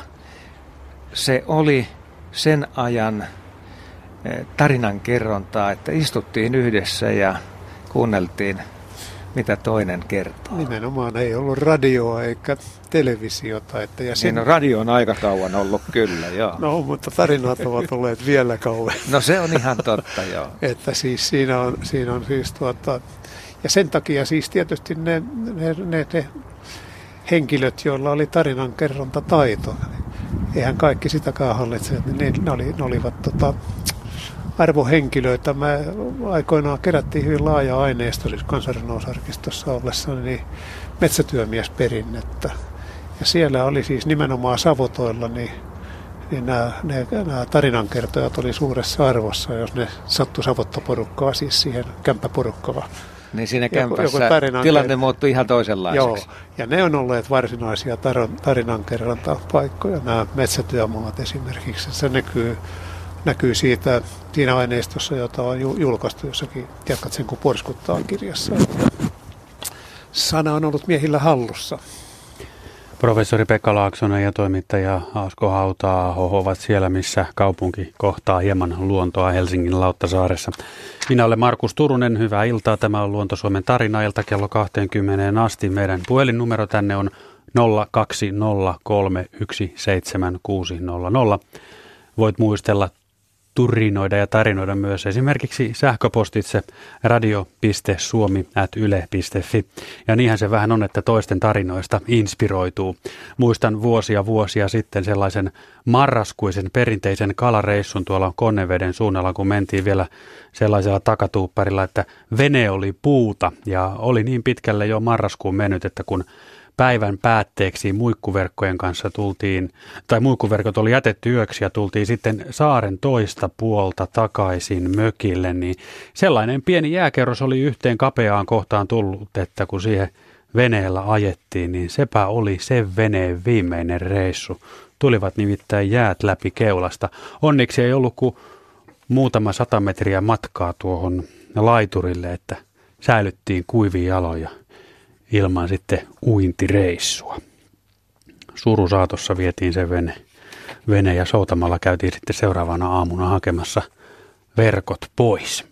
se oli sen ajan tarinan kerrontaa, että istuttiin yhdessä ja kuunneltiin, mitä toinen kertoo. Nimenomaan ei ollut radioa eikä televisiota. Että ja sen... niin, no, radio on aika kauan ollut kyllä, joo. No, mutta tarinat ovat olleet vielä kauan. No se on ihan totta, joo. Että siis siinä on, siinä on siis tuota... Ja sen takia siis tietysti ne, ne, ne, ne henkilöt, joilla oli tarinankerrontataito, eihän kaikki sitäkään hallitse, ne, ne, oli, ne olivat tota, arvohenkilöitä. Mä aikoinaan kerättiin hyvin laaja aineisto, siis kansanrunousarkistossa ollessa, niin metsätyömiesperinnettä. Ja siellä oli siis nimenomaan Savotoilla, niin, niin nämä, ne, nämä tarinankertojat oli suuressa arvossa, jos ne sattui Savottoporukkaa, siis siihen kämppäporukkaan. Niin siinä kämpässä tilanne muuttui ihan toisenlaiseksi. Joo, ja ne on olleet varsinaisia tarinankerrontapaikkoja, nämä metsätyömaat esimerkiksi. Se näkyy, näkyy siitä, siinä aineistossa, jota on julkaistu jossakin, jatkat sen kun porskuttaa kirjassa. Sana on ollut miehillä hallussa. Professori Pekka Laaksonen ja toimittaja Asko Hauta-aho ovat siellä, missä kaupunki kohtaa hieman luontoa Helsingin Lauttasaaressa. Minä olen Markus Turunen, hyvää iltaa. Tämä on Luonto-Suomen tarinailta kello kaksikymmentä asti. Meidän puhelinnumero tänne on nolla kaksi nolla kolme yksi seitsemän kuusi nolla nolla. Voit muistella turinoida ja tarinoida myös esimerkiksi sähköpostitse radio piste suomi ät yle piste fi. Ja niinhän se vähän on, että toisten tarinoista inspiroituu. Muistan vuosia vuosia sitten sellaisen marraskuisen perinteisen kalareissun tuolla Konneveden suunnalla, kun mentiin vielä sellaisella takatuupparilla, että vene oli puuta ja oli niin pitkälle jo marraskuun mennyt, että kun päivän päätteeksi muikkuverkkojen kanssa tultiin, tai muikkuverkot oli jätetty yöksi ja tultiin sitten saaren toista puolta takaisin mökille, niin sellainen pieni jääkerros oli yhteen kapeaan kohtaan tullut, että kun siihen veneellä ajettiin, niin sepä oli sen veneen viimeinen reissu. Tulivat nimittäin jäät läpi keulasta. Onneksi ei ollut kuin muutama sata metriä matkaa tuohon laiturille, että säilyttiin kuivia jaloja ilman sitten uintireissua. Surusaatossa vietiin se vene, vene ja soutamalla käytiin sitten seuraavana aamuna hakemassa verkot pois.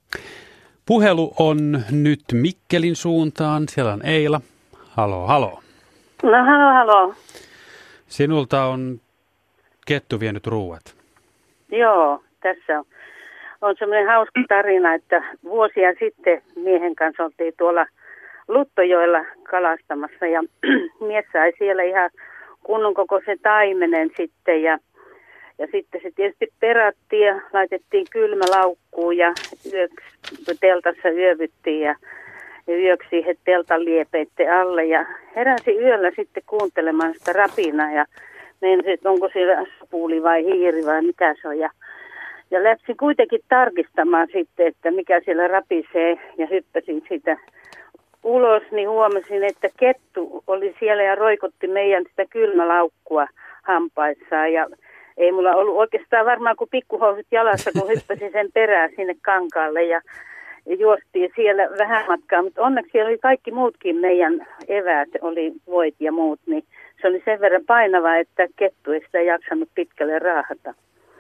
Puhelu on nyt Mikkelin suuntaan. Siellä on Eila. Halo, halo. No halo, halo. Sinulta on kettu vienyt ruuat. Joo, tässä on, on semmoinen hauska tarina, että vuosia sitten miehen kanssa oltiin tuolla Luttojoella kalastamassa ja mies sai siellä ihan kunnon kokoisen taimenen sitten ja, ja sitten se tietysti perattiin ja laitettiin kylmälaukkuun ja yöksi teltassa yövyttiin ja, ja yöksi siihen teltan liepeitten alle ja heräsi yöllä sitten kuuntelemaan sitä rapinaa ja meinasin, että onko siellä sapuuli vai hiiri vai mitä se on ja Ja läksin kuitenkin tarkistamaan sitten, että mikä siellä rapisee ja hyppäsin sitä ulos, niin huomasin, että kettu oli siellä ja roikotti meidän sitä kylmälaukkua hampaissaan. Ja ei mulla ollut oikeastaan varmaan kuin pikkuhousut jalassa, kun hyppäsin sen perään sinne kankaalle ja, ja juostiin siellä vähän matkaa. Mutta onneksi siellä oli kaikki muutkin meidän eväät, oli voit ja muut, niin se oli sen verran painava, että kettu ei sitä jaksanut pitkälle raahata.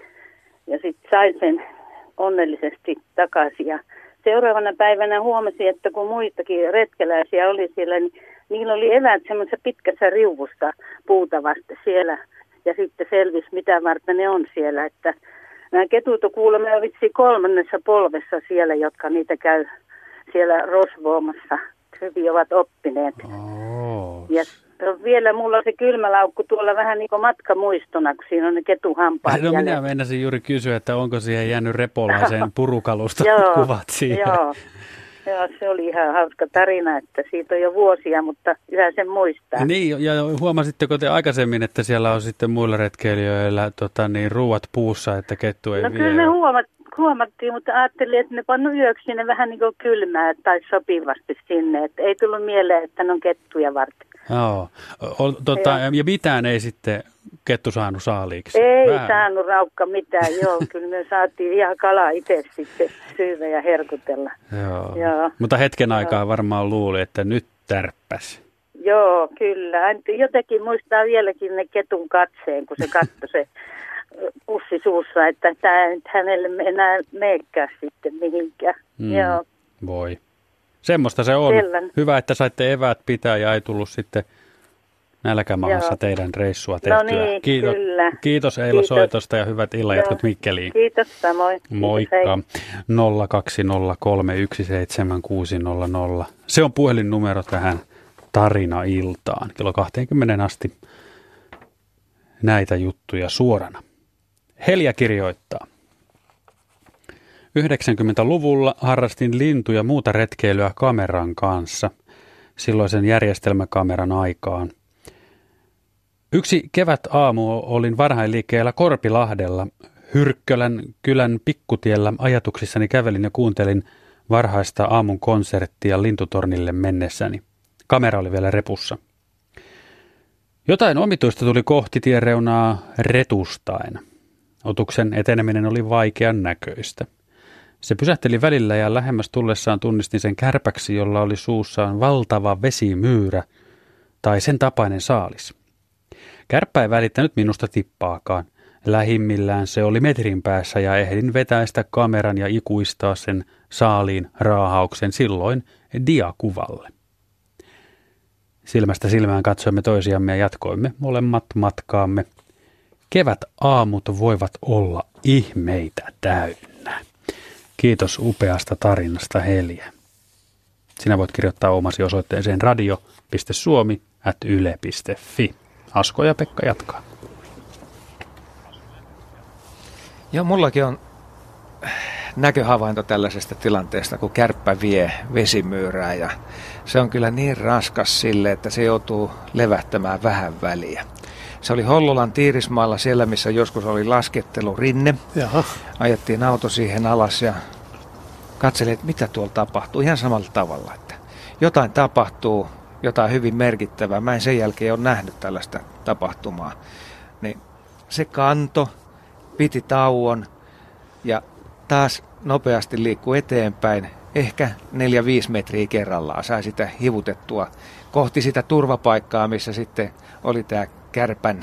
Ja sitten sain sen onnellisesti takaisin ja seuraavana päivänä huomasin, että kun muitakin retkeläisiä oli siellä, niin niillä oli eväät semmoisessa pitkässä riuvusta puuta vasta siellä. Ja sitten selvisi, mitä varten ne on siellä. Että nämä ketut on kuulemma vitsi kolmannessa polvessa siellä, jotka niitä käy siellä rosvoomassa. Hyvin ovat oppineet. Oh. Ja vielä mulla on se kylmälaukku tuolla vähän niin kuin matkamuistona, kun siinä on ne ketuhampaat. No minä meinasin juuri kysyä, että onko siihen jäänyt repolaisen purukalusta kuvat siihen. Joo, joo, se oli ihan hauska tarina, että siitä on jo vuosia, mutta yhä sen muistaa. Niin, ja huomasitteko te aikaisemmin, että siellä on sitten muilla retkeilijöillä tota, niin, ruuat puussa, että kettu ei no, vie? No kyllä me huomat, huomattiin, mutta ajattelin, että ne pannut yöksi sinne vähän niin kuin kylmää tai sopivasti sinne. Että ei tullut mieleen, että ne on kettuja varten. Joo. O, tota, ja mitään ei sitten kettu saanut saaliiksi? Ei Vähän. saanut raukka mitään, joo. Kyllä me saatiin ihan kalaa itse sitten syyvä ja herkutella. Joo. Joo. Mutta hetken Joo. aikaa varmaan luuli, että nyt tärppäs. Joo, kyllä. Jotenkin muistaa vieläkin ne ketun katseen, kun se katsoi se pussi suussa, että tämä ei hänelle enää meekään sitten mihinkään. Mm. Joo. Voi. Semmoista se on. Selvän. Hyvä, että saitte eväät pitää ja ei tullut sitten nälkämaassa Joo. teidän reissua tehtyä. No niin, Kiitos, kyllä. Kiitos Eila Kiitos. soitosta ja hyvät illanjatkot Joo. Mikkeliin. Kiitos samoin. Moikka. Kiitos, nolla kaksi nolla kolme yksi seitsemän kuusi nolla nolla. Se on puhelinnumero tähän tarina-iltaan. Kello kaksikymmentä asti näitä juttuja suorana. Helja kirjoittaa. yhdeksänkymmentäluvulla harrastin lintu- ja muuta retkeilyä kameran kanssa, silloisen järjestelmäkameran aikaan. Yksi kevätaamu olin varhain liikkeellä Korpilahdella. Hyrkkölän kylän pikkutiellä ajatuksissani kävelin ja kuuntelin varhaista aamun konserttia lintutornille mennessäni. Kamera oli vielä repussa. Jotain omituista tuli kohti tienreunaa retustaen. Otuksen eteneminen oli vaikean näköistä. Se pysähteli välillä ja lähemmäs tullessaan tunnistin sen kärpäksi, jolla oli suussaan valtava vesimyyrä tai sen tapainen saalis. Kärppä ei välittänyt minusta tippaakaan. Lähimmillään se oli metrin päässä ja ehdin vetäistä kameran ja ikuistaa sen saaliin raahauksen silloin diakuvalle. Silmästä silmään katsoimme toisiamme ja jatkoimme molemmat matkaamme. Kevät aamut voivat olla ihmeitä täynnä. Kiitos upeasta tarinasta, Helje. Sinä voit kirjoittaa omasi osoitteeseen radio piste suomi ät yle piste fi. Asko ja Pekka jatkaa. Joo, mullakin on näköhavainto tällaisesta tilanteesta, kun kärppä vie vesimyyrää ja se on kyllä niin raskas sille, että se joutuu levähtämään vähän väliä. Se oli Hollolan Tiirismaalla siellä, missä joskus oli laskettelurinne. Jaha. Ajettiin auto siihen alas ja katselin, että mitä tuolla tapahtuu. Ihan samalla tavalla, että jotain tapahtuu, jotain hyvin merkittävää. Mä en sen jälkeen ole nähnyt tällaista tapahtumaa. Niin se kanto, piti tauon ja taas nopeasti liikkuu eteenpäin. Ehkä neljä viisi metriä kerrallaan. Sai sitä hivutettua kohti sitä turvapaikkaa, missä sitten oli tämä kärpän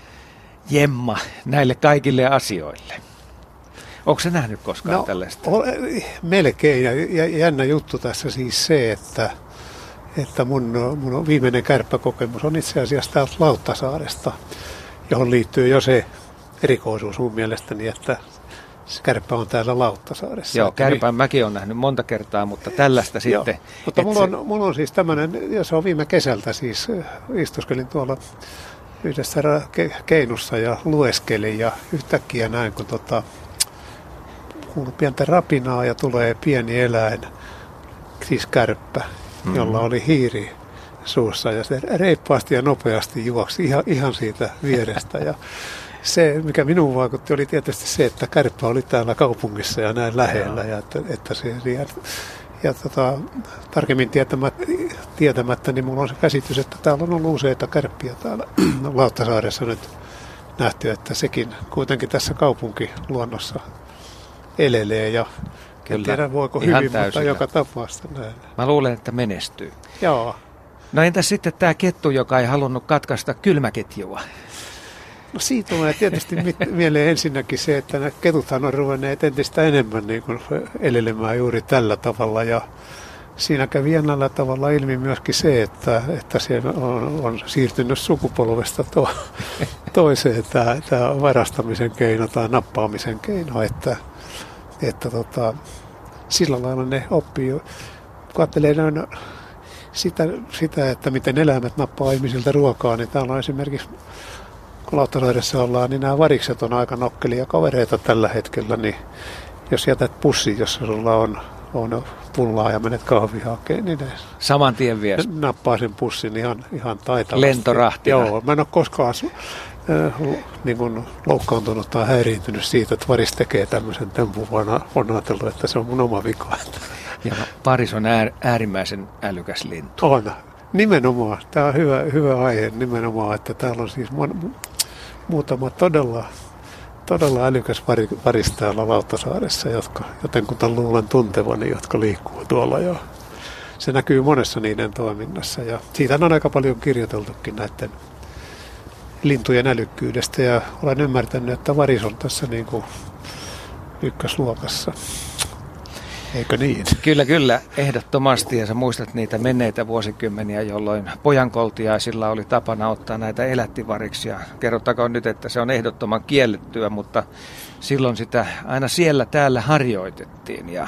jemma näille kaikille asioille. Onko se nähnyt koskaan no, tällaista? Melkein. Ja, ja jännä juttu tässä siis se, että, että mun, mun viimeinen kärppäkokemus on itse asiassa täältä Lauttasaaresta, johon liittyy jo se erikoisuus mun mielestäni, että se kärppä on täällä Lauttasaaressa. Joo, kärpän mäkin olen nähnyt monta kertaa, mutta tällaista Joo, sitten. Mutta mulla on, mulla on siis tämmöinen, ja se on viime kesältä siis, istuskelin tuolla yhdessä keinussa ja lueskelin ja yhtäkkiä näin, kun tota, kuuluu pientä rapinaa ja tulee pieni eläin, siis kärppä, mm-hmm. jolla oli hiiri suussa ja se reippaasti ja nopeasti juoksi ihan, ihan siitä vierestä ja se, mikä minuun vaikutti, oli tietysti se, että kärppä oli täällä kaupungissa ja näin lähellä. Ja, että, että se, ja, ja tota, tarkemmin tietämättä, tietämättä, niin minulla on se käsitys, että täällä on ollut useita kärppiä täällä Lauttasaaressa nyt nähty, että sekin kuitenkin tässä kaupunkiluonnossa elelee. Ja en tiedä voiko hyvin, täysillä. Mutta joka tapauksessa näin. Mä luulen, että menestyy. Joo. No entäs sitten tämä kettu, joka ei halunnut katkaista kylmäketjua? No siitä tulee tietysti mieleen ensinnäkin se, että nämä ketuthan on ruvenneet entistä enemmän niin kuin elelemään juuri tällä tavalla. Ja siinä kävi jännällä tavalla ilmi myöskin se, että, että se on, on siirtynyt sukupolvesta to, toiseen tämä, tämä varastamisen keino tai nappaamisen keino. Että, että tota, sillä lailla ne oppii, kun ajattelee noin sitä, sitä, että miten eläimet nappaa ihmisiltä ruokaa, niin täällä on esimerkiksi kun Lauttasaaressa ollaan, niin nämä varikset on aika nokkelia kavereita tällä hetkellä, niin jos jätät pussin, jossa sulla on, on pullaa ja menet kahvia hakemaan, niin ne saman tien vies. Nappaa sen pussin ihan, ihan taitavasti. Lentorahtina. Joo, mä en ole koskaan äh, niin kuin loukkaantunut tai häiriintynyt siitä, että varis tekee tämmöisen tempun, vaan on ajatellut, että se on mun oma vika. Ja varis on äär, äärimmäisen älykäs lintu. On. Nimenomaan. Tämä on hyvä, hyvä aihe nimenomaan, että täällä on siis muutama todella, todella älykäs varis täällä Lauttasaaressa, jotka jotenkin luulen tuntevani, jotka liikkuu tuolla jo. Se näkyy monessa niiden toiminnassa ja siitä on aika paljon kirjoiteltukin näiden lintujen älykkyydestä ja olen ymmärtänyt, että varis on tässä niin kuin ykkösluokassa. Eikö niin? Kyllä, kyllä, ehdottomasti. Ja sä muistat niitä menneitä vuosikymmeniä, jolloin pojankoltiaisilla oli tapana ottaa näitä elättivariksia. Kerrottakoon nyt, että se on ehdottoman kiellettyä, mutta silloin sitä aina siellä täällä harjoitettiin. Ja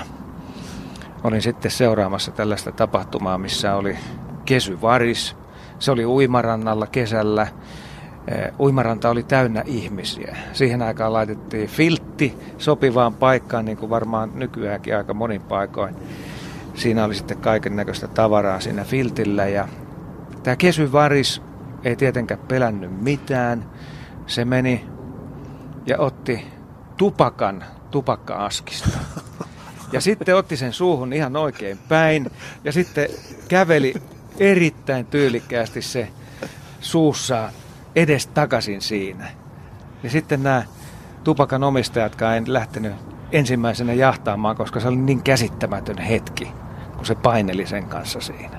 olin sitten seuraamassa tällaista tapahtumaa, missä oli kesyvaris. Se oli uimarannalla kesällä. Uimaranta oli täynnä ihmisiä. Siihen aikaan laitettiin filtti sopivaan paikkaan, niin kuin varmaan nykyäänkin aika monin paikoin. Siinä oli sitten kaiken näköistä tavaraa siinä filtillä. Ja tämä kesyvaris ei tietenkään pelännyt mitään. Se meni ja otti tupakan tupakka-askista. Ja sitten otti sen suuhun ihan oikein päin. Ja sitten käveli erittäin tyylikkäästi se suussaan edes takaisin siinä. Ja sitten nämä tupakan omistajatkaan ei lähtenyt ensimmäisenä jahtaamaan, koska se oli niin käsittämätön hetki, kun se paineli sen kanssa siinä.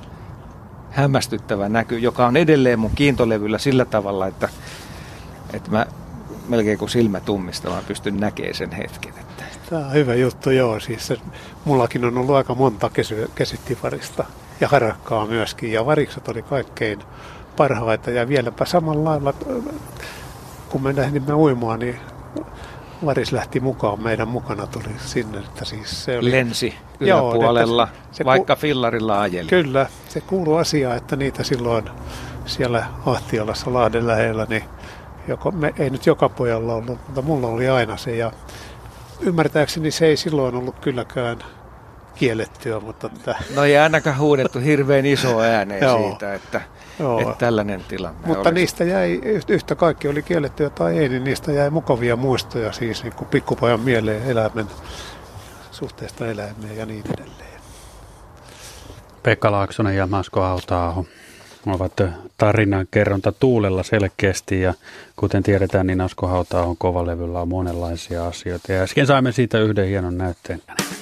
Hämmästyttävä näky, joka on edelleen mun kiintolevyllä sillä tavalla, että, että mä melkein kuin silmä tummistamaan pystyn näkemään sen hetken. Että. Tämä on hyvä juttu, joo. Siis se, mullakin on ollut aika monta kesy, kesyttivarista ja harakkaa myöskin, ja varikset oli kaikkein parhaita ja vieläpä samalla lailla kun me lähdimme uimaan, niin varis lähti mukaan, meidän mukana tuli sinne. Että siis se oli, lensi yläpuolella, joo, se, vaikka ku, fillarilla ajeli. Kyllä, se kuuluu asiaan, että niitä silloin siellä Ahtialassa Lahden lähellä, niin joko, me, ei nyt joka pojalla ollut, mutta mulla oli aina se. Ja ymmärtääkseni se ei silloin ollut kylläkään kiellettyä. Mutta että no ei ainakaan huudettu hirveän iso ääneen siitä, että, että tällainen tilanne mutta olisi. Niistä jäi, yhtä kaikki oli kiellettyä tai ei, niin niistä jäi mukavia muistoja siis niin kuin pikkupojan mieleen eläimen suhteesta eläimeen ja niin edelleen. Pekka Laaksonen ja Asko Hauta-aho ovat tarinan kerronta tuulella selkeästi ja kuten tiedetään, niin Asko Hauta-ahon kovalevyllä on monenlaisia asioita ja äsken saimme siitä yhden hienon näytteen.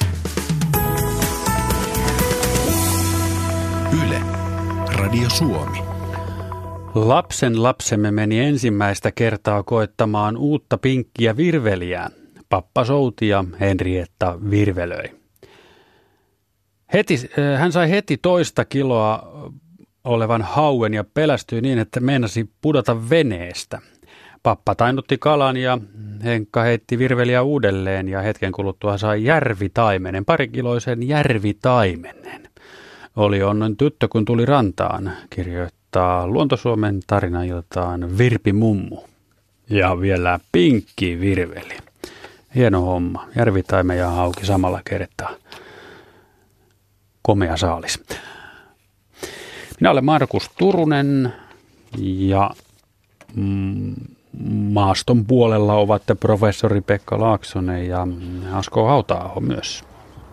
Yle, Radio Suomi. Lapsen lapsemme meni ensimmäistä kertaa koettamaan uutta pinkkiä virveliään. Pappa souti ja Henrietta virvelöi. Heti, hän sai heti toista kiloa olevan hauen ja pelästyi niin, että meinasi pudota veneestä. Pappa tainnutti kalan ja Henkka heitti virveliä uudelleen ja hetken kuluttua sai järvitaimenen, parikiloisen järvitaimenen. Oli onnen tyttö, kun tuli rantaan, kirjoittaa Luontosuomen tarinailtaan Virpi Mummu. Ja vielä pinkki virveli. Hieno homma. Järvitaime ja hauki samalla kertaa. Komea saalis. Minä olen Markus Turunen ja mm, maaston puolella ovat professori Pekka Laaksonen ja Asko Hauta-aho myös.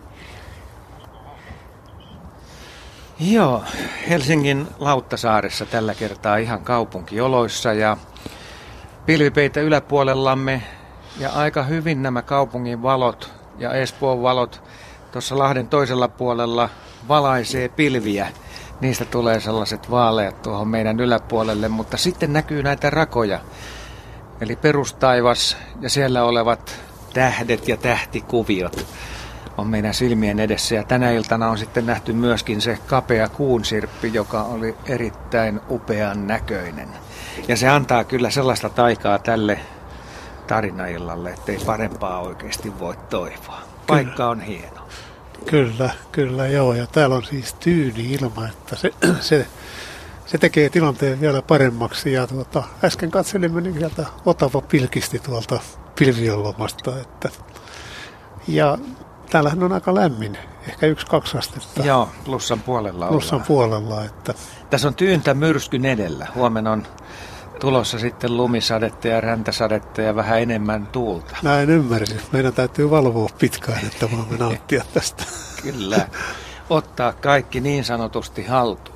Joo, Helsingin Lauttasaaressa tällä kertaa ihan kaupunkioloissa ja pilvipeitä yläpuolellamme ja aika hyvin nämä kaupungin valot ja Espoon valot tuossa Lahden toisella puolella valaisee pilviä. Niistä tulee sellaiset vaaleat tuohon meidän yläpuolelle, mutta sitten näkyy näitä rakoja. Eli perustaivas ja siellä olevat tähdet ja tähtikuviot on meidän silmien edessä. Ja tänä iltana on sitten nähty myöskin se kapea kuunsirppi, joka oli erittäin upean näköinen. Ja se antaa kyllä sellaista taikaa tälle tarinaillalle, ettei parempaa oikeasti voi toivoa. Paikka kyllä on hieno. Kyllä, kyllä joo. Ja täällä on siis tyyni ilma, että se, se, se tekee tilanteen vielä paremmaksi. Ja tuota, äsken katselimme niin sieltä Otava pilkisti tuolta pilviolomasta. Että, ja täällähän on aika lämmin, ehkä yksi kaksi astetta. Joo, plussan puolella Plussan ollaan. puolella. Että tässä on tyyntä myrskyn edellä. Huomenna on tulossa sitten lumisadetta ja räntäsadetta ja vähän enemmän tuulta. Näin ymmärsin. Meidän täytyy valvoa pitkään, että voimme nauttia tästä. Kyllä. Ottaa kaikki niin sanotusti haltuun.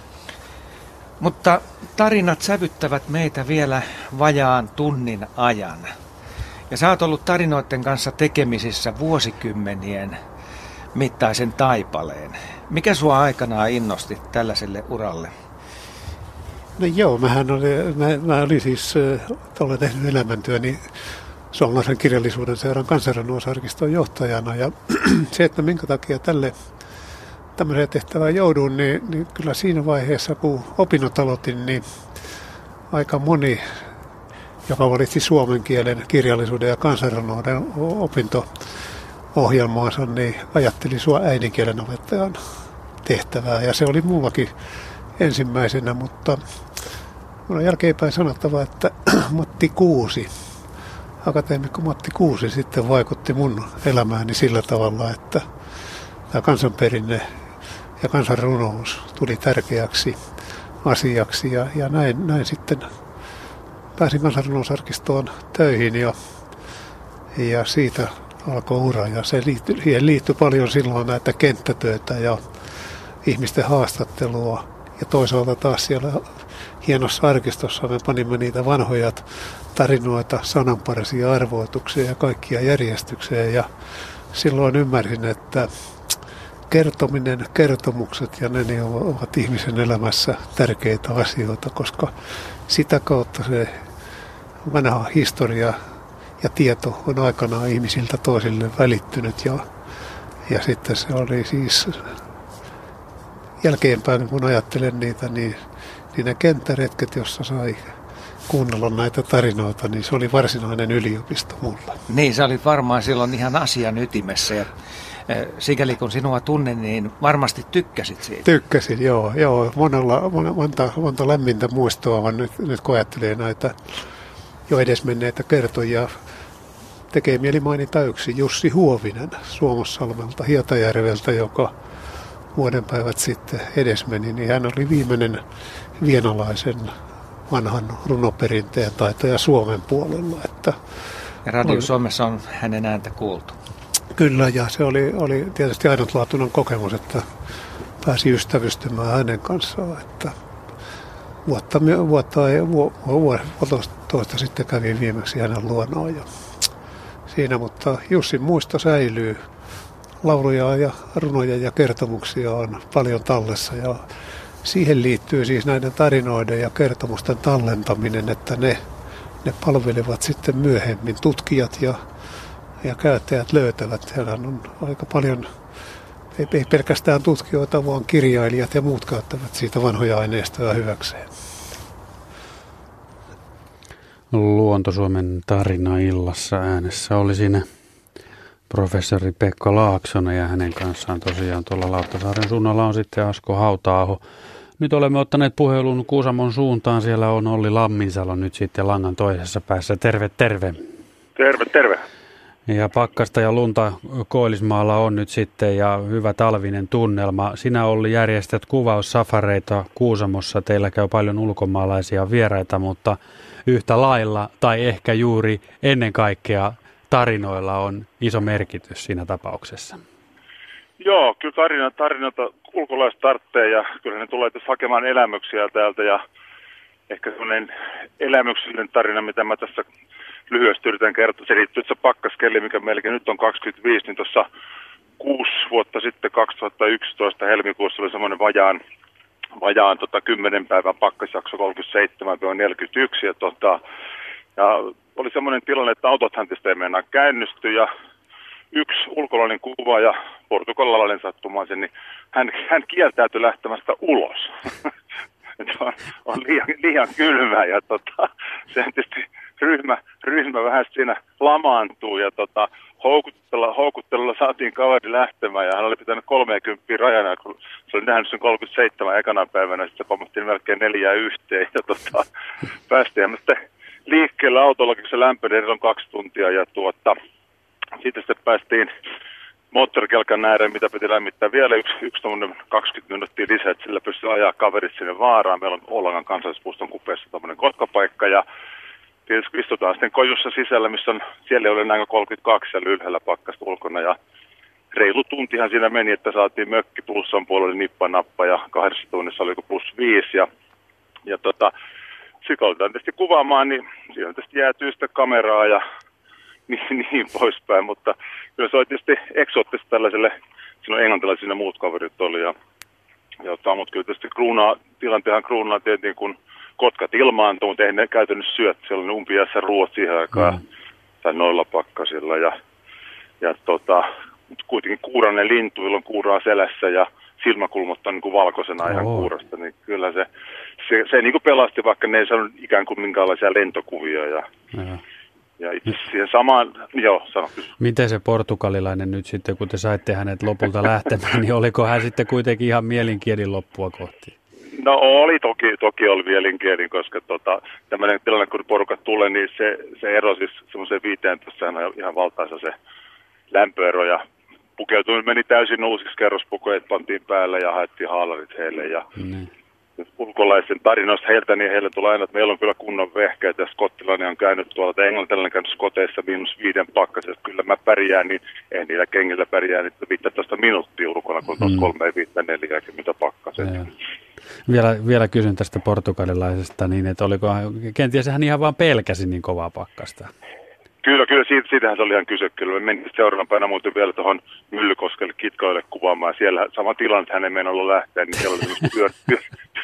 Mutta tarinat sävyttävät meitä vielä vajaan tunnin ajan. Ja sä oot ollut tarinoiden kanssa tekemisissä vuosikymmenien mittaisen taipaleen. Mikä sua aikanaan innosti tällaiselle uralle? No joo, mähän oli, mä, mä olin siis, olen tehnyt elämäntyöni Suomalaisen kirjallisuuden seuran kansanrunousarkiston johtajana. Ja se, että minkä takia tälle tämmöiseen tehtävään joudun, niin, niin kyllä siinä vaiheessa, kun opinnot aloitin, niin aika moni, joka valitsi suomen kielen kirjallisuuden ja kansanrunouden opinto-ohjelmaansa, niin ajatteli sua äidinkielen opettajan tehtävää. Ja se oli mullakin ensimmäisenä, mutta on jälkeenpäin sanottava, että Matti Kuusi, akateemikko Matti Kuusi sitten vaikutti mun elämääni sillä tavalla, että tämä kansanperinne ja kansanrunous tuli tärkeäksi asiaksi ja, ja näin, näin sitten pääsin kansanrunousarkistoon töihin ja, ja siitä alkoi ura ja se liittyi, siihen liittyi paljon silloin näitä kenttätöitä ja ihmisten haastattelua. Ja toisaalta taas siellä hienossa arkistossa me panimme niitä vanhoja tarinoita, sananparisia arvoituksia ja kaikkia järjestykseen. Ja silloin ymmärsin, että kertominen, kertomukset ja ne niin ovat ihmisen elämässä tärkeitä asioita, koska sitä kautta se vanha historia ja tieto on aikanaan ihmisiltä toisille välittynyt. Ja, ja sitten se oli siis jälkeenpäin, kun ajattelen niitä, niin, niin ne kenttäretket, jossa sai kuunnella näitä tarinoita, niin se oli varsinainen yliopisto mulla. Niin, sä olit varmaan silloin ihan asian ytimessä ja sikäli kun sinua tunnen, niin varmasti tykkäsit siitä. Tykkäsin, joo. joo. Monella, monta, monta lämmintä muistoa, vaan nyt, nyt kun ajattelee näitä jo edesmenneitä kertoja. Tekee mieli mainita yksi Jussi Huovinen Suomussalmelta Hietajärveltä, joka vuodenpäivät sitten edesmeni. Niin hän oli viimeinen vienalaisen vanhan runoperinteen taitaja Suomen puolella. Että ja Radio Suomessa on hänen ääntä kuultu. Kyllä, ja se oli, oli tietysti ainutlaatuinen kokemus, että pääsi ystävystymään hänen kanssaan. Että vuotta, vuotta, vuotta toista sitten kävin viimeksi hänen luonaan. Ja siinä, mutta Jussin muisto säilyy. Lauluja ja runoja ja kertomuksia on paljon tallessa ja siihen liittyy siis näiden tarinoiden ja kertomusten tallentaminen, että ne, ne palvelevat sitten myöhemmin. Tutkijat ja, ja käyttäjät löytävät. Siellä on aika paljon, ei, ei pelkästään tutkijoita, vaan kirjailijat ja muut käyttävät siitä vanhoja aineistoja hyväkseen. Luonto-Suomen tarina-illassa äänessä oli siinä professori Pekka Laaksonen ja hänen kanssaan tosiaan tuolla Lauttasaaren suunnalla on sitten Asko Hauta-aho. Nyt olemme ottaneet puhelun Kuusamon suuntaan. Siellä on Olli Lamminsalo nyt sitten langan toisessa päässä. Terve, terve. Terve, terve. Ja pakkasta ja lunta Koillismaalla on nyt sitten ja hyvä talvinen tunnelma. Sinä Olli järjestät kuvaussafareita Kuusamossa. Teillä käy paljon ulkomaalaisia vieraita, mutta yhtä lailla tai ehkä juuri ennen kaikkea tarinoilla on iso merkitys siinä tapauksessa. Joo, kyllä tarina, tarinoita ulkolaiset tarvitsee ja kyllä ne tulee tässä hakemaan elämyksiä täältä ja ehkä sellainen elämyksellinen tarina, mitä mä tässä lyhyesti yritän kertoa. Se liittyy se pakkaskelli, mikä meilläkin nyt on kaksikymmentäviisi, niin tuossa kuusi vuotta sitten kaksituhattayksitoista helmikuussa oli semmoinen vajaan, vajaan tota, kymmenen päivän pakkasjakso kolmekymmentäseitsemän neljäkymmentäyksi ja tota, ja oli semmoinen tilanne, että autothan tietysti ei mennä käynnisty ja yksi ulkolainen kuvaaja, portugalilainen sattumaisen, niin hän, hän kieltäytyi lähtemästä ulos. on, on liian, liian kylmä ja tota, se tietysti ryhmä, ryhmä vähän siinä lamaantuu ja tota, houkuttelulla, houkuttelulla saatiin kaveri lähtemään ja hän oli pitänyt kolmekymmentä rajana, kun se oli nähnyt sen kolmekymmentäseitsemän ekana päivänä, sitten se pommattiin melkein neljää yhteen ja tota, päästiin sitten liikkeellä autolla, kun se lämpöinen on kaksi tuntia ja tuota, sitten sitten päästiin moottorikelkan ääreen, mitä piti lämmittää vielä yksi, yksi kaksikymmentä minuuttia lisää, että sillä pystyy ajaa kaverit sinne vaaraan. Meillä on Oulangan kansallispuiston kupeessa tämmöinen kotkapaikka ja tietysti istutaan sitten kojussa sisällä, missä on, siellä oli näin kolmekymmentäkaksi ja ylhäällä pakkasta ulkona ja reilu tuntihan siinä meni, että saatiin mökki plussan puolelle nippa nappa ja kahdessa tunnissa oli plus viisi ja, ja tota, sitten aletaan tietysti kuvaamaan, niin siihen tietysti jäätyy sitä kameraa ja niin, niin poispäin, mutta kyllä se oli tietysti eksoottista tällaiselle, silloin englantilaisina muut kaverit oli ja, ja ottaa, mutta kyllä tietysti kruunaa, tilanteenhan kruunaa tietenkin, kun kotkat ilmaantuu, mutta ei ne käytännössä syöt, siellä on umpiässä ruoat siihen aikaan mm. tai noilla pakkasilla ja, ja tota, mutta kuitenkin kuurainen lintu, jolla on kuuraa selässä ja silmäkulmat on niin kuin valkoisena oh. ihan kuurasta, niin kyllä se, se, se niin kuin pelasti, vaikka ne ei saanut ikään kuin minkäänlaisia lentokuvia. Ja, ja. ja itse siihen samaan, joo, sano kysy. Miten se portugalilainen nyt sitten, kun te saitte hänet lopulta lähtemään, niin oliko hän sitten kuitenkin ihan mielinkielin loppua kohti? No oli, toki, toki oli mielinkielin, koska tota, tämmöinen tilanne, kun porukat tulee, niin se, se ero siis semmoiseen viiteentoista, sehän on ihan valtaisa se lämpöero ja pukeutuminen meni täysin uusiksi, kerrospukuja pantiin päälle ja haettiin haalarit heille. Ja mm. ulkolaisten tarinoista heiltä, niin heille tulee aina, että meillä on kyllä kunnon vehkeet ja skottilainen on käynyt tuolta englantilainen käynyt skoteissa miinus viiden pakkasesta. Kyllä mä pärjään, niin ei niillä kengillä pärjää niin viisitoista minuuttia ulkona, kun tuossa mm. kolme viittä neljäkymmentä pakkasesta. Vielä, vielä kysyn tästä portugalilaisesta, niin että oliko kenties hän ihan vaan pelkäsi niin kovaa pakkasta? Kyllä, kyllä, siitä, siitähän se oli ihan kyse. Kyllä me menimme seuraavan päivänä muuten vielä tuohon Myllykoskelle Kitkoille kuvaamaan. Siellä sama tilanne, että hänen meinalla lähteä, niin siellä oli semmoista pyör, pyör,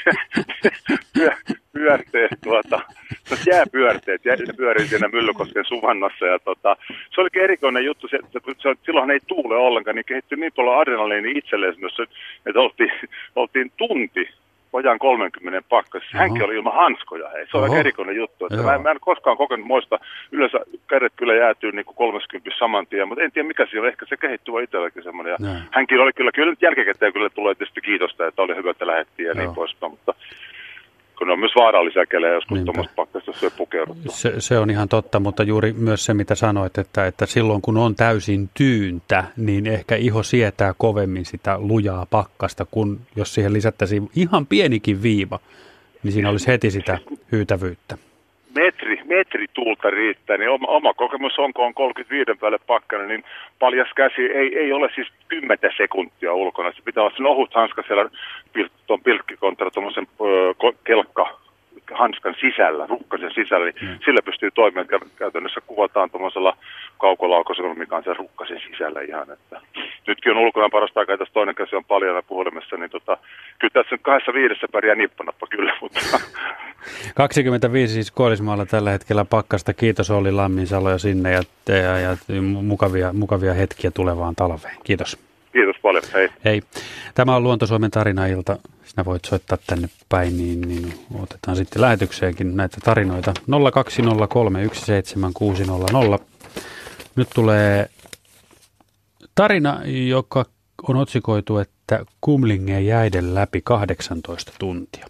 pyör, pyörteet, tuota, jääpyörteet, ja ne pyörii siinä Myllykosken suvannassa. Ja tota, se olikin erikoinen juttu, se, että se, silloin ei tuule ollenkaan, niin kehittyi niin paljon adrenaliini itselleen, että oltiin, oltiin tunti vajaan kolmenkymmenen pakkasissa. Hänkin oli ilman hanskoja. Hei. Se on aika erikoinen juttu. Että mä, en, mä en koskaan kokenut muista. Yleensä kädet kyllä jäätyy niin kuin kolmekymmentä saman tien, mutta en tiedä mikä siinä on. Ehkä se kehittyvä itselläkin semmoinen. Ja hänkin oli kyllä, kyllä nyt jälkikäteen kyllä tulee tietysti kiitosta, että oli hyvä, että lähdettiin ja Joo. niin poispäin. Mutta kun ne on myös vaarallisia kelejä, joskus tuommoista pakkasta syö pukeuduttu. Se, se on ihan totta, mutta juuri myös se, mitä sanoit, että, että silloin kun on täysin tyyntä, niin ehkä iho sietää kovemmin sitä lujaa pakkasta, kun jos siihen lisättäisiin ihan pienikin viiva, niin siinä olisi heti sitä hyytävyyttä. Metri, metri tuulta riittää, niin oma, oma kokemus on, kun on kolmekymmentäviisi päälle pakkanen, niin paljas käsi ei, ei ole siis kymmentä sekuntia ulkona. Se pitää olla sen ohut hanska siellä tuon pilkkikontra tuommoisen kelkka hanskan sisällä, rukkasen sisällä, niin mm. sillä pystyy toimimaan. Käytännössä kuvataan tuommoisella kaukolaukoisella, mikä on siellä rukkasen sisällä ihan. Että. Nytkin on ulkona parasta aikaa, tässä toinen käsi on paljana puhelimessa, niin tota, kyllä tässä nyt kahdessa viidessä pärjää nippanappa kyllä. Mutta. kaksikymmentäviisi siis Koillismaalla tällä hetkellä pakkasta. Kiitos Olli Lamminsalo ja sinne ja, ja, ja mukavia, mukavia hetkiä tulevaan talveen. Kiitos. Kiitos paljon, hei. Hei. Tämä on Luonto-Suomen tarinailta. Sinä voit soittaa tänne päin, niin, niin otetaan sitten lähetykseenkin näitä tarinoita. nolla kaksi nolla kolme yksi seitsemän kuusi nolla nolla. Nyt tulee tarina, joka on otsikoitu, että Kumlingen jäiden läpi kahdeksantoista tuntia.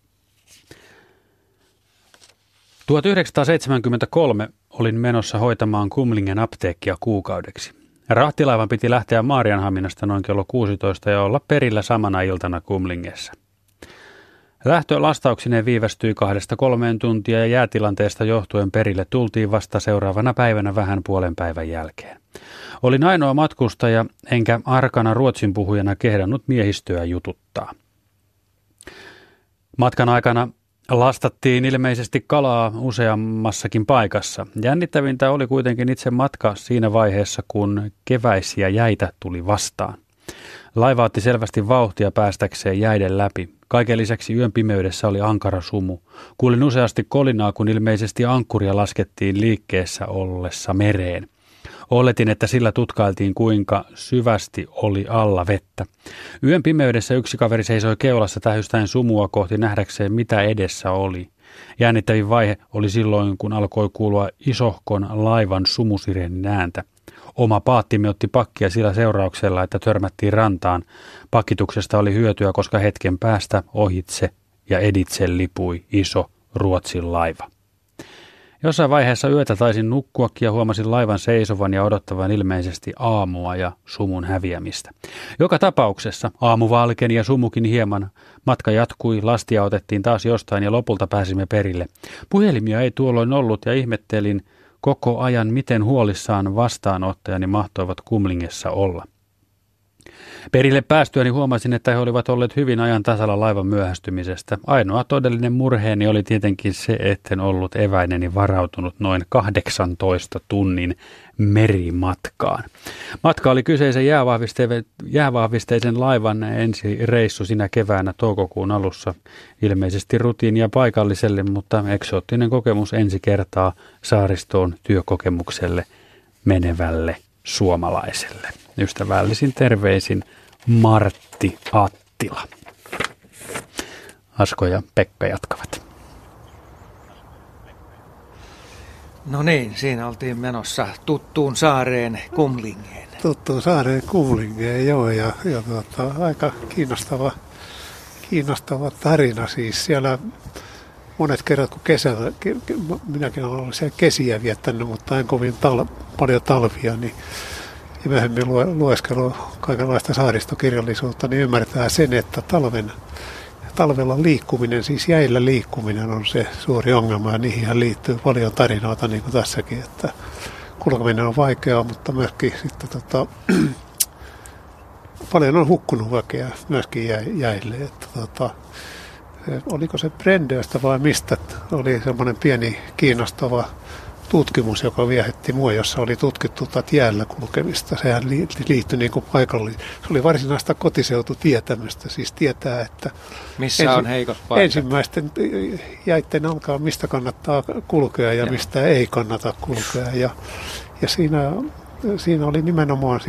tuhatyhdeksänsataaseitsemänkymmentäkolme olin menossa hoitamaan Kumlingen apteekkia kuukaudeksi. Rahtilaivan piti lähteä Maarianhaminasta noin kello kuusitoista ja olla perillä samana iltana Kumlingessa. Lähtö lastauksineen viivästyi kahdesta kolmeen tuntia ja jäätilanteesta johtuen perille tultiin vasta seuraavana päivänä vähän puolen päivän jälkeen. Olin ainoa matkustaja, enkä arkana ruotsin puhujana kehdannut miehistöä jututtaa. Matkan aikana lastattiin ilmeisesti kalaa useammassakin paikassa. Jännittävintä oli kuitenkin itse matka siinä vaiheessa, kun keväisiä jäitä tuli vastaan. Laiva otti selvästi vauhtia päästäkseen jäiden läpi. Kaiken lisäksi yön pimeydessä oli ankara sumu. Kuulin useasti kolinaa, kun ilmeisesti ankkuria laskettiin liikkeessä ollessa mereen. Oletin, että sillä tutkailtiin, kuinka syvästi oli alla vettä. Yön pimeydessä yksi kaveri seisoi keulassa tähystäen sumua kohti nähdäkseen, mitä edessä oli. Jännittävin vaihe oli silloin, kun alkoi kuulua isohkon laivan sumusirenin ääntä. Oma paattimme otti pakkia sillä seurauksella, että törmättiin rantaan. Pakituksesta oli hyötyä, koska hetken päästä ohitse ja editse lipui iso Ruotsin laiva. Jossain vaiheessa yötä taisin nukkuakin ja huomasin laivan seisovan ja odottavan ilmeisesti aamua ja sumun häviämistä. Joka tapauksessa aamu valkeni ja sumukin hieman. Matka jatkui, lastia otettiin taas jostain ja lopulta pääsimme perille. Puhelimia ei tuolloin ollut ja ihmettelin koko ajan, miten huolissaan vastaanottajani mahtoivat Kumlingessa olla. Perille päästyäni huomasin, että he olivat olleet hyvin ajan tasalla laivan myöhästymisestä. Ainoa todellinen murheeni oli tietenkin se, etten ollut eväineni varautunut noin kahdeksantoista tunnin merimatkaan. Matka oli kyseisen jäävahvisteisen laivan ensi reissu sinä keväänä toukokuun alussa. Ilmeisesti rutiinia paikalliselle, mutta eksoottinen kokemus ensi kertaa saaristoon työkokemukselle menevälle suomalaiselle. Ystävällisin terveisin Martti Attila. Asko ja Pekka jatkavat. No niin, siinä oltiin menossa tuttuun saareen Kumlingeen. Tuttuun saareen Kumlingeen, joo, ja, ja tuota, aika kiinnostava, kiinnostava tarina. Siis siellä monet kerrat, kun kesällä, minäkin olen ollut siellä kesiä viettänyt, mutta en kovin tal- paljon talvia, niin ja myöhemmin lue, lueskelu kaikenlaista saaristokirjallisuutta, niin ymmärtää sen, että talven, talvella liikkuminen, siis jäillä liikkuminen on se suuri ongelma, ja niihin liittyy paljon tarinoita, niin kuin tässäkin, että kulkeminen on vaikeaa, mutta myöskin sitten tota, paljon on hukkunut väkeä myöskin jä, jäille, että tota, oliko se Brendöstä vai mistä, oli semmoinen pieni kiinnostava tutkimus, joka viehätti mua, jossa oli tutkittu tätä jäällä kulkemista. Sehän liittyi niin kuin paikalliseen. Se oli varsinaista kotiseututietämystä, siis tietää, että missä ensi, on heikot paikat. Ensimmäisten jäitten alkaa, mistä kannattaa kulkea ja, ja. mistä ei kannata kulkea. Ja, ja siinä, siinä oli nimenomaan siis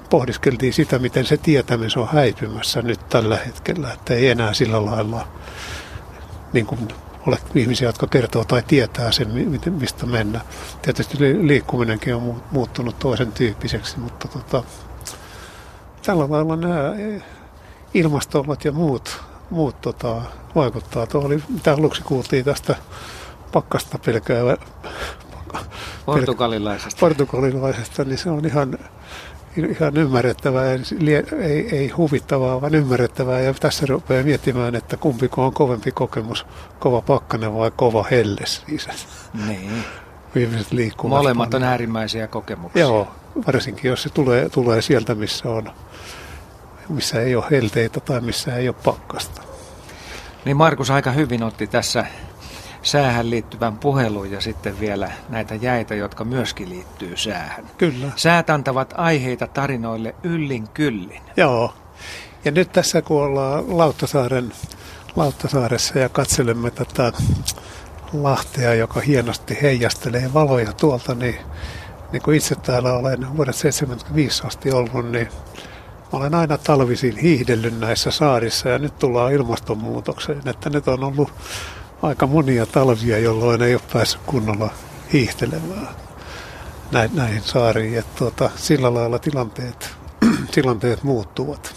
pohdiskeltiin sitä, miten se tietämys on häipymässä nyt tällä hetkellä, että ei enää sillä lailla niin kuin ole ihmisiä, jotka kertoo tai tietää sen, mistä mennä. Tietysti liikkuminenkin on muuttunut toisen tyyppiseksi, mutta tota, tällä lailla nämä ilmastolat ja muut, muut tota, vaikuttaa. Tuo oli, mitä aluksi kuultiin tästä pakkasta pelkäävä portugalilaisesta. portugalilaisesta, niin se on ihan, ihan ymmärrettävää, ei, ei huvittavaa, vaan ymmärrettävää. Ja tässä rupeaa miettimään, että kumpiko on kovempi kokemus, kova pakkanen vai kova helles. Niin. Viimeiset liikkumat. Molemmat on äärimmäisiä kokemuksia. Joo, varsinkin jos se tulee, tulee sieltä, missä, on, missä ei ole helteitä tai missä ei ole pakkasta. Niin Markus aika hyvin otti tässä säähän liittyvän puhelun ja sitten vielä näitä jäitä, jotka myöskin liittyy säähän. Kyllä. Säät antavat aiheita tarinoille yllin kyllin. Joo. Ja nyt tässä kun ollaan Lauttasaaren, Lauttasaaressa ja katselemme tätä Lahtea, joka hienosti heijastelee valoja tuolta, niin, niin kun itse täällä olen vuodet seitsemänkymmentäviisi asti ollut, niin olen aina talvisin hiihdellyt näissä saarissa ja nyt tullaan ilmastonmuutokseen, että nyt on ollut aika monia talvia, jolloin ei ole päässyt kunnolla hiihtelemään näihin saariin. Että tuota, sillä lailla tilanteet, tilanteet muuttuvat.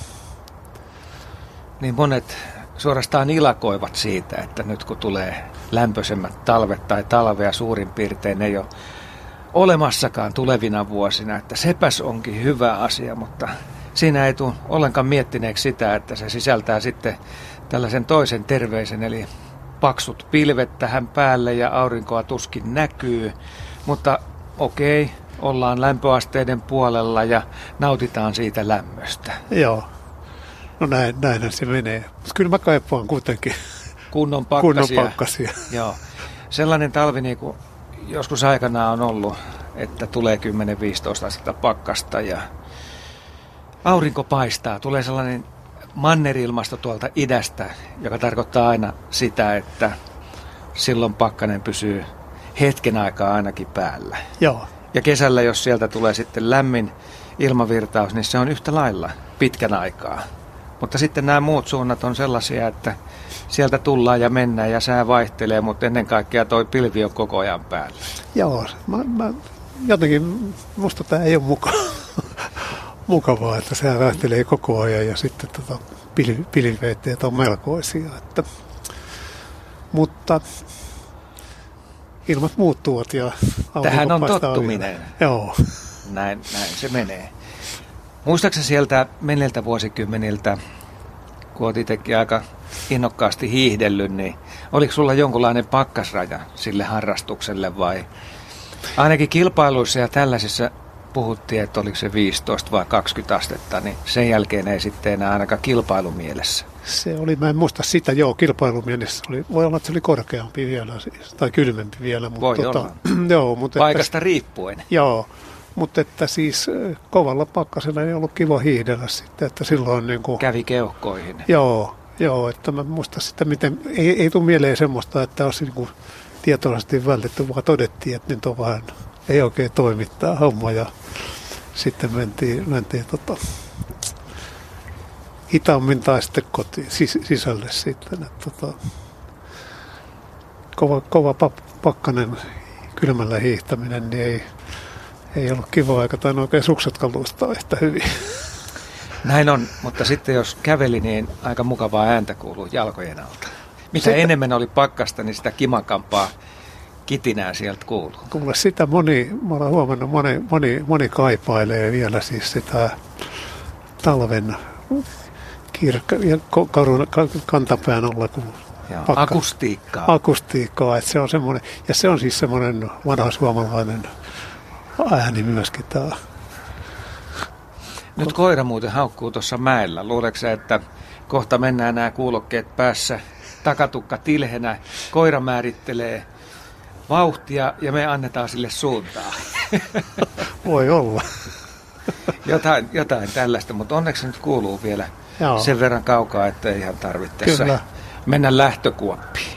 Niin monet suorastaan ilakoivat siitä, että nyt kun tulee lämpöisemmät talvet tai talvea suurin piirtein ei ole olemassakaan tulevina vuosina, että sepäs onkin hyvä asia, mutta siinä ei tule ollenkaan miettineeksi sitä, että se sisältää sitten tällaisen toisen terveisen, eli paksut pilvet tähän päälle ja aurinkoa tuskin näkyy, mutta okei, ollaan lämpöasteiden puolella ja nautitaan siitä lämmöstä. Joo, no näin, näinhän se menee. Kyllä mä kaipaan kuitenkin kunnon pakkasia. Kunnon pakkasia. Joo, sellainen talvi niin kuin joskus aikanaan on ollut, että tulee kymmenen viisitoista astetta pakkasta ja aurinko paistaa, tulee sellainen mannerilmasto tuolta idästä, joka tarkoittaa aina sitä, että silloin pakkanen pysyy hetken aikaa ainakin päällä. Joo. Ja kesällä, jos sieltä tulee sitten lämmin ilmavirtaus, niin se on yhtä lailla pitkän aikaa. Mutta sitten nämä muut suunnat on sellaisia, että sieltä tullaan ja mennään ja sää vaihtelee, mutta ennen kaikkea toi pilvi on koko ajan päällä. Joo, mä, mä, jotenkin musta tämä ei ole mukaan. Mukavaa, että se vaihtelee koko ajan ja sitten tota, pil, pilviveitteet on melkoisia. Että, mutta ilmat muuttuvat ja tähän on tottuminen. Joo. Näin, näin se menee. Muistaakseni sieltä menneiltä vuosikymmeniltä, kun olet itsekin aika innokkaasti hiihdellyt, niin oliko sulla jonkunlainen pakkasraja sille harrastukselle vai ainakin kilpailuissa ja tällaisissa puhuttiin, että oliko se viisitoista vai kaksikymmentä astetta, niin sen jälkeen ei sitten enää ainakaan kilpailumielessä. Se oli, mä en muista sitä, joo, kilpailumielessä oli, voi olla, että se oli korkeampi vielä, siis, tai kylmempi vielä. Mutta voi tota, olla. Joo, mutta paikasta että, riippuen. Joo, mutta että siis kovalla pakkasella ei ollut kiva hiihdellä sitten, että silloin niin kuin kävi keuhkoihin. Joo, joo, että mä muista sitä, miten, ei, ei tule mieleen semmoista, että olisi niin kuin tietoisesti vältetty, vaan todettiin, että nyt on vähän, ei oikein toimittaa homma ja sitten mentiin, mentiin tota, hitaammin tai sitten kotiin, sis, sisälle sitten. Että, tota, kova, kova pakkanen kylmällä hiihtäminen, niin ei, ei ollut kiva aika, tai oikein suksetkaan luistaa yhtä hyvin. Näin on, mutta sitten jos käveli, niin aika mukavaa ääntä kuuluu jalkojen alta. Mitä sitä enemmän oli pakkasta, niin sitä kimakampaa kitinää sieltä kuuluu. Kuule, sitä moni, mä olen huomannut, moni, moni, moni kaipailee vielä siis sitä talven kirkka, ja karun, kantapään alla, kun Joo, pakka, akustiikkaa. Akustiikkaa, että se on semmoinen, ja se on siis semmoinen vanha suomalainen ääni myöskin tämä. Nyt koira muuten haukkuu tuossa mäellä. Luuleeko että kohta mennään nämä kuulokkeet päässä, takatukka tilhenä, koira määrittelee vauhtia ja me annetaan sille suuntaa. Voi olla. Jotain, jotain tällaista, mutta onneksi nyt kuuluu vielä Joo. sen verran kaukaa, että ei ihan tarvitse mennä lähtökuoppiin.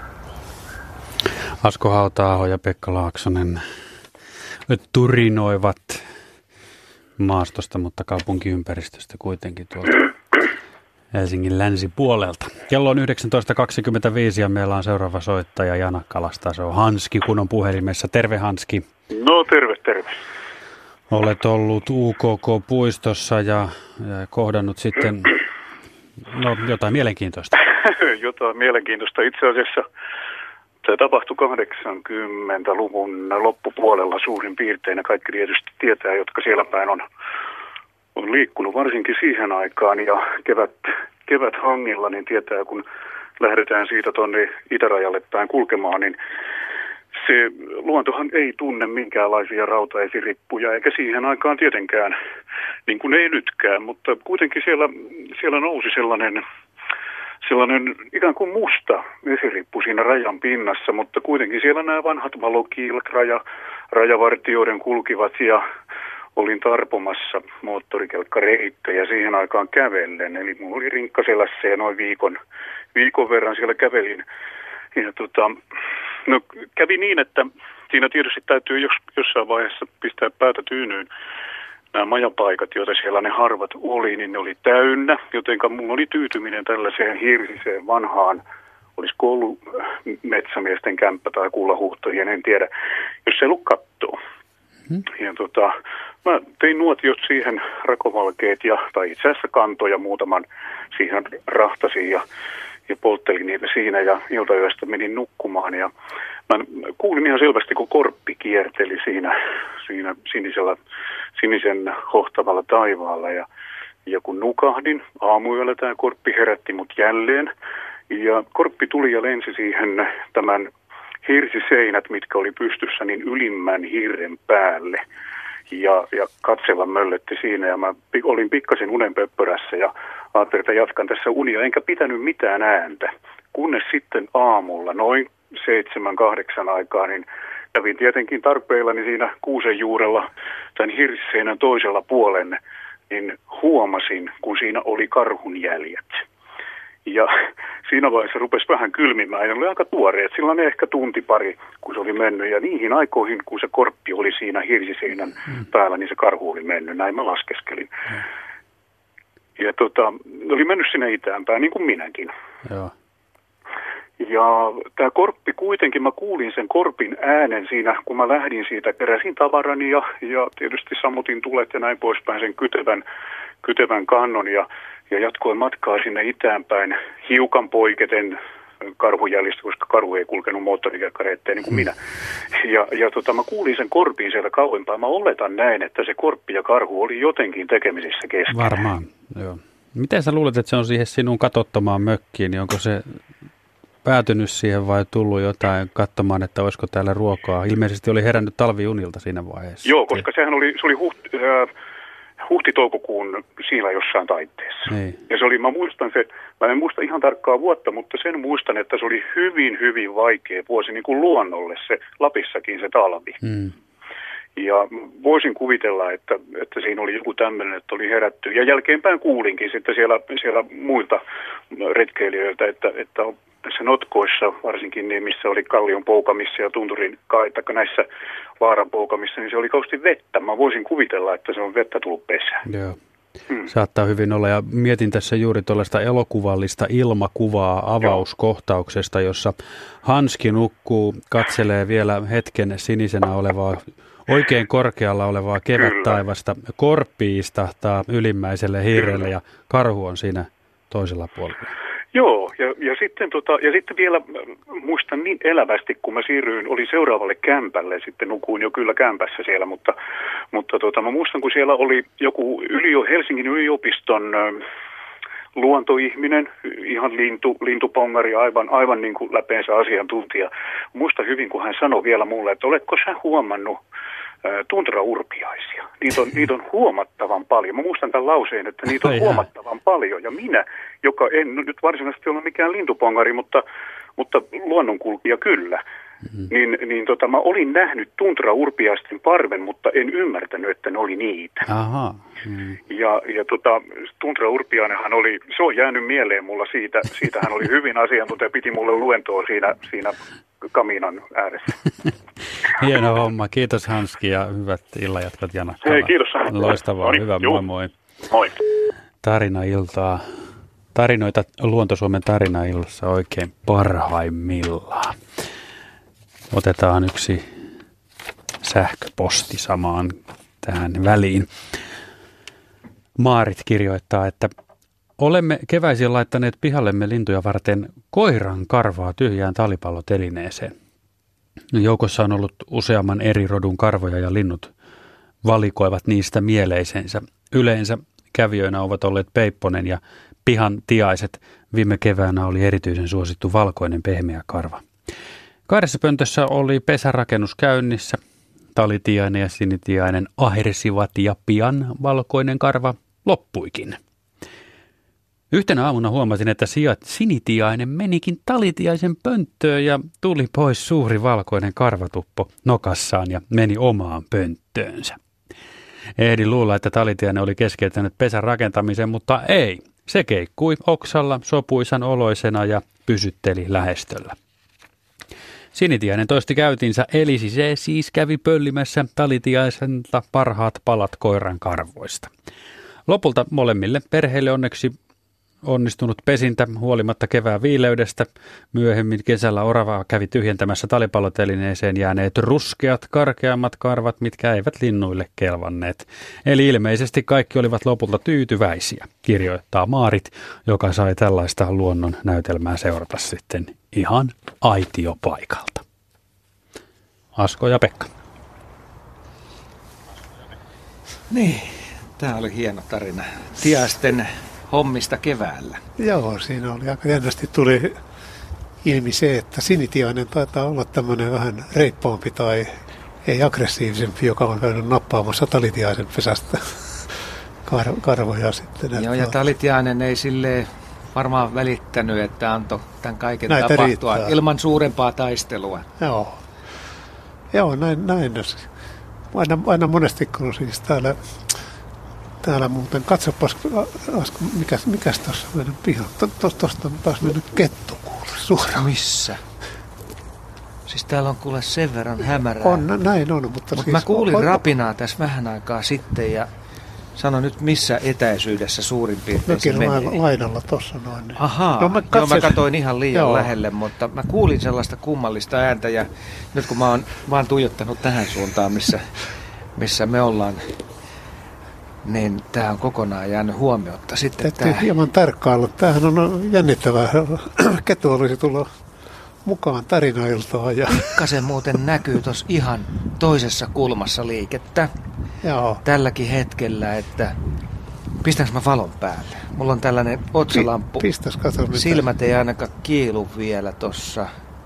Asko Hauta-aho ja Pekka Laaksonen turinoivat maastosta, mutta kaupunkiympäristöstä kuitenkin tuolta Helsingin länsipuolelta. Kello on yhdeksäntoista kaksikymmentäviisi ja meillä on seuraava soittaja Jana Kalasta. Se on Hanski, kun on puhelimessa. Terve Hanski. No terve, terve. Olet ollut U K K-puistossa ja, ja kohdannut sitten no, jotain mielenkiintoista. Jotain mielenkiintoista. Itse asiassa tämä tapahtui kahdeksankymmentäluvun loppupuolella suurin piirtein. Ja kaikki tietysti tietää, jotka siellä päin on, on liikkunut varsinkin siihen aikaan. Ja kevät, kevät hangilla, niin tietää, kun lähdetään siitä tuonne itärajalle päin kulkemaan, niin se luontohan ei tunne minkäänlaisia rautaesirippuja, eikä siihen aikaan tietenkään, niin kuin ei nytkään, mutta kuitenkin siellä, siellä nousi sellainen, sellainen ikään kuin musta esirippu siinä rajan pinnassa, mutta kuitenkin siellä nämä vanhat valokiilat raja, rajavartijoiden kulkivat ja olin tarpomassa moottorikelkkareittejä siihen aikaan kävellen, eli mulla oli rinkka selässä ja noin viikon, viikon verran siellä kävelin. Ja tota, no kävi niin, että siinä tietysti täytyy jos, jossain vaiheessa pistää päätä tyynyyn. Nämä majapaikat, joita siellä ne harvat oli, niin ne oli täynnä, jotenka mulla oli tyytyminen tällaiseen hirsiseen vanhaan, olisiko ollut metsämiesten kämppä tai kullahuhtojen, en tiedä, jos se ei ollut kattoo. Hmm. Ja tota, mä tein nuotiot siihen, rakovalkeet ja, tai itse asiassa kantoja muutaman siihen rahtasin ja ja polttelin niitä siinä ja iltayöstä menin nukkumaan ja mä kuulin ihan selvästi, kun korppi kierteli siinä, siinä sinisellä, sinisen hohtavalla taivaalla ja, ja kun nukahdin, aamuyöllä tämä korppi herätti mut jälleen ja korppi tuli ja lensi siihen tämän hirsiseinät, mitkä oli pystyssä niin ylimmän hirren päälle. Ja, ja katsella möllötti siinä ja mä olin pikkasen unenpöppörässä ja ajattelin, että jatkan tässä unia, enkä pitänyt mitään ääntä. Kunnes sitten aamulla, noin seitsemän, kahdeksan aikaa, niin kävin tietenkin tarpeillani siinä kuusen juurella tämän hirsiseinän toisella puolen, niin huomasin, kun siinä oli karhun jäljet. Ja siinä vaiheessa rupesi vähän kylmimään ja oli aika tuoreet, silloin ehkä tunti pari, kun se oli mennyt. Ja niihin aikoihin, kun se korppi oli siinä hirsiseinän päällä, niin se karhu oli mennyt, näin mä laskeskelin. Ja tota, oli mennyt sinne itäänpäin, niin kuin minäkin. Joo. Ja tämä korppi kuitenkin, mä kuulin sen korpin äänen siinä, kun mä lähdin siitä, keräsin tavarani ja, ja tietysti sammutin tulet ja näin poispäin sen kytevän, kytevän kannon ja Ja jatkoin matkaa sinne itäänpäin hiukan poiketen karhujäljistä, koska karhu ei kulkenut moottorikelkkareitteen niin kuin minä. Ja, ja tota, mä kuulin sen korpin sieltä kauempaa. Mä oletan näin, että se korppi ja karhu oli jotenkin tekemisissä keskenään. Varmaan, joo. Miten sä luulet, että se on siihen sinun katsottamaan mökkiin? Niin onko se päätynyt siihen vai tullut jotain katsomaan, että olisiko täällä ruokaa? Ilmeisesti oli herännyt talviunilta siinä vaiheessa. Joo, koska sehän oli, se oli huhti... Äh, huhti-toukokuun siinä jossain taitteessa. Ei. Ja se oli, mä muistan se, mä en muista ihan tarkkaa vuotta, mutta sen muistan, että se oli hyvin, hyvin vaikea vuosi niin kuin luonnolle se, Lapissakin se talvi. Mm. Ja voisin kuvitella, että, että siinä oli joku tämmöinen, että oli herätty. Ja jälkeenpäin kuulinkin sitten siellä, siellä muilta retkeilijöiltä, että, että tässä notkoissa, varsinkin niin, missä oli kallion poukamissa ja tunturin kaitaka näissä vaaran poukamissa, niin se oli kauheasti vettä. Mä voisin kuvitella, että se on vettä tullut pesään. Joo. Hmm. Saattaa hyvin olla, ja mietin tässä juuri tuollaista elokuvallista ilmakuvaa avauskohtauksesta, jossa Hanski nukkuu, katselee vielä hetken sinisenä olevaa, oikein korkealla olevaa kevättaivasta, korppi istahtaa ylimmäiselle hiirelle ja karhu on siinä toisella puolella. Joo, ja, ja, sitten tota, ja sitten vielä muistan niin elävästi, kun mä siirryin, oli seuraavalle kämpälle, sitten nukuin jo kyllä kämpässä siellä, mutta, mutta tota, mä muistan, kun siellä oli joku ylio, Helsingin yliopiston äh, luontoihminen, ihan lintu, lintupongari, aivan, aivan niin kuin läpeensä asiantuntija. Muistan hyvin, kun hän sanoi vielä mulle, että oletko sä huomannut tuntraurpiaisia. Niitä on, niitä on huomattavan paljon. Mä muistan tämän lauseen, että niitä on huomattavan paljon. Ja minä, joka en nyt varsinaisesti ole mikään lintupongari, mutta, mutta luonnonkulkija kyllä, mm-hmm. niin, niin tota, mä olin nähnyt tuntraurpiaisten parven, mutta en ymmärtänyt, että ne oli niitä. Aha. Mm. Ja, ja tota, tuntraurpiainenhan oli, se on jäänyt mieleen mulla siitä, siitä hän oli hyvin asiantuntija, piti mulle luentoa siinä, siinä kamiinan ääressä. Hieno homma. Kiitos Hanski ja hyvät illanjatkot Jana. Hei, kiitos. Loistavaa. Noniin, Hyvä. juu. Moi moi. Moi. Tarinailtaa. Tarinoita Luonto-Suomen tarinaillassa oikein parhaimmillaan. Otetaan yksi sähköposti samaan tähän väliin. Maarit kirjoittaa, että olemme keväisin laittaneet pihallemme lintuja varten koiran karvaa tyhjään talipallotelineeseen. Joukossa on ollut useamman eri rodun karvoja ja linnut valikoivat niistä mieleisensä. Yleensä kävijöinä ovat olleet peipponen ja pihan tiaiset. Viime keväänä oli erityisen suosittu valkoinen pehmeä karva. Kahdessa pöntössä oli pesärakennus käynnissä. Talitiainen ja sinitiainen ahersivat ja pian valkoinen karva loppuikin. Yhtenä aamuna huomasin, että sijat sinitiainen menikin talitiaisen pönttöön ja tuli pois suuri valkoinen karvatuppo nokassaan ja meni omaan pönttöönsä. Ehdin luulla, että talitiainen oli keskeyttänyt pesän rakentamisen, mutta ei. Se keikkui oksalla sopuisan oloisena ja pysytteli lähestöllä. Sinitiainen toisti käytinsä, eli se siis kävi pöllimässä talitiaiselta parhaat palat koiran karvoista. Lopulta molemmille perheille onneksi onnistunut pesintä huolimatta kevään viileydestä. Myöhemmin kesällä orava kävi tyhjentämässä talipallotelineeseen jääneet ruskeat, karkeammat karvat, mitkä eivät linnuille kelvanneet. Eli ilmeisesti kaikki olivat lopulta tyytyväisiä, kirjoittaa Maarit, joka sai tällaista luonnon näytelmää seurata sitten ihan aitiopaikalta. Asko ja Pekka. Niin, tämä oli hieno tarina. Tiaisten hommista keväällä. Joo, siinä oli aika jännästi tuli ilmi se, että sinitiainen taitaa olla tämmöinen vähän reippaampi tai ei aggressiivisempi, joka on käynyt nappaamassa talitiaisen pesästä kar- karvoja sitten. Joo, ja talitiainen ei silleen varmaan välittänyt, että antoi tämän kaiken näitä tapahtua riittää. Ilman suurempaa taistelua. Joo, Joo näin, näin. Aina, aina monesti kun siis täällä Täällä muuten, katsopas, Asko, mikäs, mikäs tuossa meidän pihan? Tuosta on taas mennyt kettu kuule suoraan. Missä? Siis täällä on kuule sen verran hämärää. On, näin on, mutta Mut siis... mä kuulin on, rapinaa tässä vähän aikaa sitten ja sano nyt missä etäisyydessä suurin piirtein se Mökin meni. laidalla tuossa noin. Ahaa, no, mä, katsoin, joo, mä katsoin ihan liian joo. lähelle, mutta mä kuulin sellaista kummallista ääntä ja nyt kun mä oon vaan tuijottanut tähän suuntaan, missä, missä me ollaan, niin tämä on kokonaan jäänyt huomiotta. Sitten Täytyy tää... hieman tarkkailla. Tämähän on jännittävää. Kettu olisi tullut mukaan tarinailtaan. Ja... Pikkasen muuten näkyy tuossa ihan toisessa kulmassa liikettä. Joo. Tälläkin hetkellä, että pistänkö mä valon päälle? Mulla on tällainen otsalamppu. Pistäs, katso mitä. Silmät ei ainakaan kiilu vielä tossa.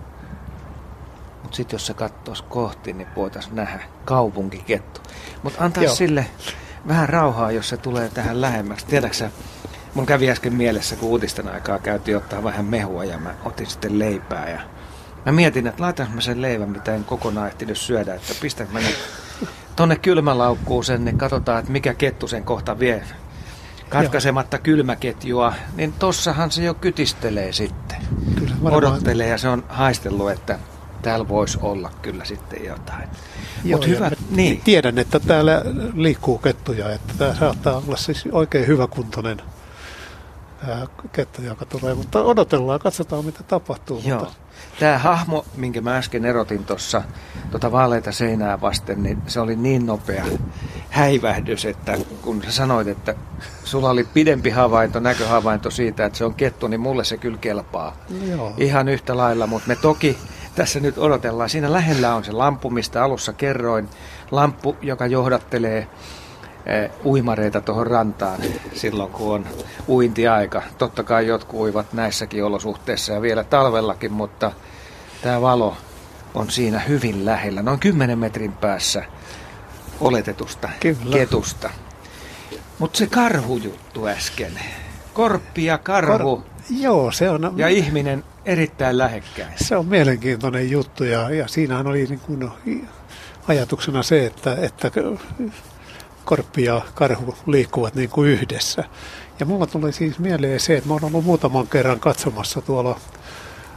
Mut sit jos se kattois kohti, niin voitaisiin nähdä kaupunkikettu. Mut antaa sille vähän rauhaa, jos se tulee tähän lähemmäksi. Tiedäksä, mun kävi äsken mielessä, kun uutisten aikaa käytiin ottaa vähän mehua ja mä otin sitten leipää. Ja mä mietin, että laitanko mä sen leivän, mitä en kokonaan ehtinyt syödä, että pistänkö mä nyt tonne kylmälaukkuun sen, niin katsotaan, että mikä kettu sen kohta vie. Katkaisematta kylmäketjua, niin tossahan se jo kytistelee sitten. Kyllä, varmaan... Odottelee ja se on haistellut, että täällä voisi olla kyllä sitten jotain. Joo, Mut hyvä, niin. Tiedän, että täällä liikkuu kettuja, että tämä saattaa olla siis oikein hyväkuntoinen ää, kettu, joka tulee, mutta odotellaan, katsotaan mitä tapahtuu. Joo. Mutta... Tämä hahmo, minkä mä äsken erotin tuossa tuota vaaleita seinää vasten, niin se oli niin nopea häivähdys, että kun sä sanoit, että sulla oli pidempi havainto, näköhavainto siitä, että se on kettu, niin mulle se kyllä kelpaa. Joo. Ihan yhtä lailla, mutta me toki tässä nyt odotellaan. Siinä lähellä on se lamppu, mistä alussa kerroin. Lamppu, joka johdattelee eh, uimareita tuohon rantaan silloin, kun on uintiaika. Totta kai jotkut uivat näissäkin olosuhteissa ja vielä talvellakin, mutta tämä valo on siinä hyvin lähellä, noin kymmenen metrin päässä oletetusta Kyllä. ketusta. Mutta se karhujuttu äsken. Korppi ja karhu Kor- Joo, se on... ja ihminen erittäin lähekkäin. Se on mielenkiintoinen juttu ja, ja siinähän oli niin kuin ajatuksena se, että, että korppi ja karhu liikkuvat niin kuin yhdessä. Ja mulla tuli siis mieleen se, että mä olen ollut muutaman kerran katsomassa tuolla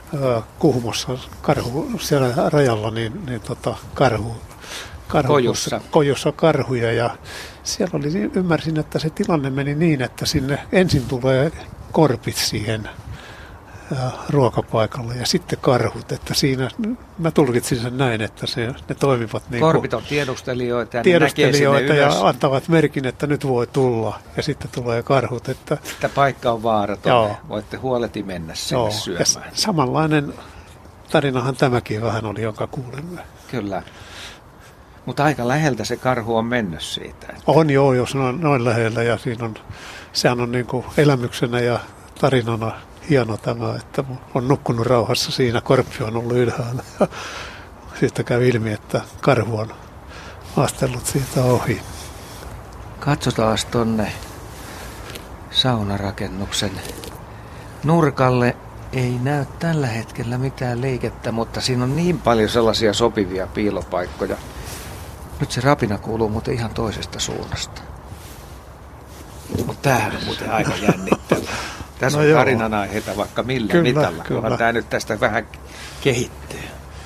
Kuhmossa karhu, siellä rajalla, niin, niin tota, karhu, karhu Kojussa. Kojussa karhuja, ja siellä oli, ymmärsin, että se tilanne meni niin, että sinne ensin tulee korpit siihen ruokapaikalle ja sitten karhut, että siinä mä tulkitsin sen näin, että se, ne toimivat niin korpit on tiedustelijoita ja tiedustelijoita ja antavat merkin, että nyt voi tulla, ja sitten tulee karhut, että että paikka on vaaraton, voitte huoleti mennä sinne joo, syömään. Samanlainen tarinahan tämäkin vähän oli, jonka kuulimme. Kyllä. Mutta aika läheltä se karhu on mennyt siitä. Että on joo, jos on noin lähellä, ja siinä on, sehän on niin kuin elämyksenä ja tarinana hieno tämä, että on nukkunut rauhassa siinä, korppi on ollut ylhäällä. Sitten kävi ilmi, että karhu on astellut siitä ohi. Katsotaan tonne saunarakennuksen nurkalle. Ei näy tällä hetkellä mitään liikettä, mutta siinä on niin paljon sellaisia sopivia piilopaikkoja. Nyt se rapina kuuluu muuten ihan toisesta suunnasta. Mutta tämähän on muuten aika jännittävää. Tässä no on tarinan aiheita vaikka millä kyllä, mitalla, kunhan tämä nyt tästä vähän kehittyy.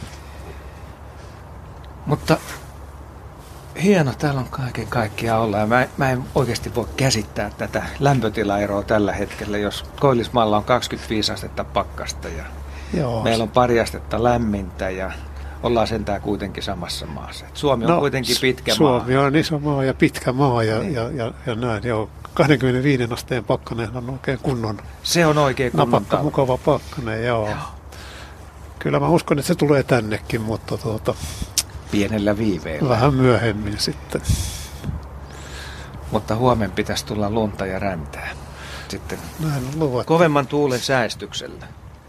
Mutta hieno täällä on kaiken kaikkiaan olla, ja mä, mä en oikeasti voi käsittää tätä lämpötilaeroa tällä hetkellä, jos Koillismaalla on kaksikymmentäviisi astetta pakkasta ja joo, meillä on pari astetta lämmintä ja ollaan sentään kuitenkin samassa maassa. Et Suomi on no, kuitenkin pitkä Suomi maa. Suomi on iso maa ja pitkä maa ja, niin. ja, ja, ja näin, joo. kaksikymmentäviisi asteen pakkanen on oikein kunnon. Se on oikein kunnon napakka, mukava pakkanen, joo. joo. Kyllä mä uskon, että se tulee tännekin, mutta tuota, pienellä viiveellä. Vähän myöhemmin sitten. Mutta huomenna pitäisi tulla lunta ja räntää. Sitten näin on luvattu. Kovemman tuulen säästyksellä.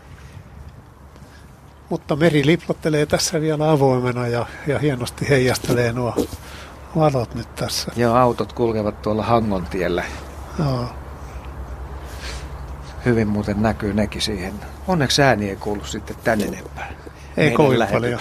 Mutta meri liplottelee tässä vielä avoimena ja, ja hienosti heijastelee nuo valot nyt tässä. Joo, autot kulkevat tuolla Hangontiellä. Joo. Hyvin muuten näkyy nekin siihen. Onneksi ääni ei kuulu sitten tän enempää. Ei kovin paljon.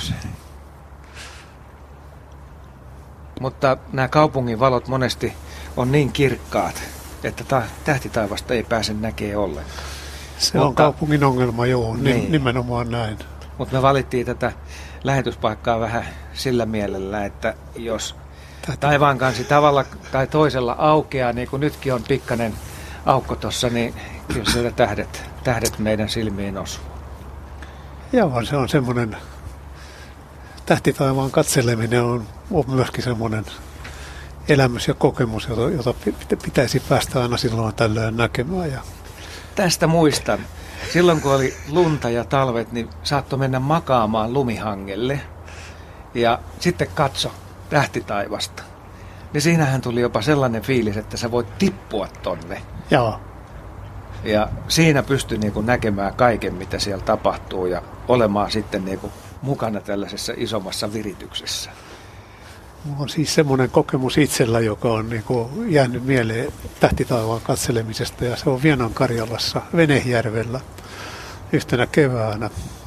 Mutta nämä kaupungin valot monesti on niin kirkkaat, että ta- tähtitaivasta ei pääse näkemään ollenkaan. Se Mutta, on kaupungin ongelma, joo, niin. nimenomaan näin. Mutta me valittiin tätä lähetyspaikkaa vähän sillä mielellä, että jos taivaan kansi tavalla tai toisella aukeaa, niin kuin nytkin on pikkainen aukko tuossa, niin kyllä siellä tähdet, tähdet meidän silmiin osuu. Joo, se on semmoinen, tähtitaivaan katseleminen on, on myöskin semmoinen elämys ja kokemus, jota, jota pitäisi päästä aina silloin tällöin näkemään. Ja tästä muistan. Silloin kun oli lunta ja talvet, niin saattoi mennä makaamaan lumihangelle ja sitten katso tähtitaivasta. Niin siinähän tuli jopa sellainen fiilis, että sä voit tippua tonne. Joo. Ja siinä pystyi niinku näkemään kaiken, mitä siellä tapahtuu ja olemaan sitten niinku mukana tällaisessa isommassa virityksessä. On siis semmoinen kokemus itsellä, joka on niinku jäänyt mieleen tähtitaivaan katselemisesta, ja se on Vienan Karjalassa Venehjärvellä yhtenä keväänä,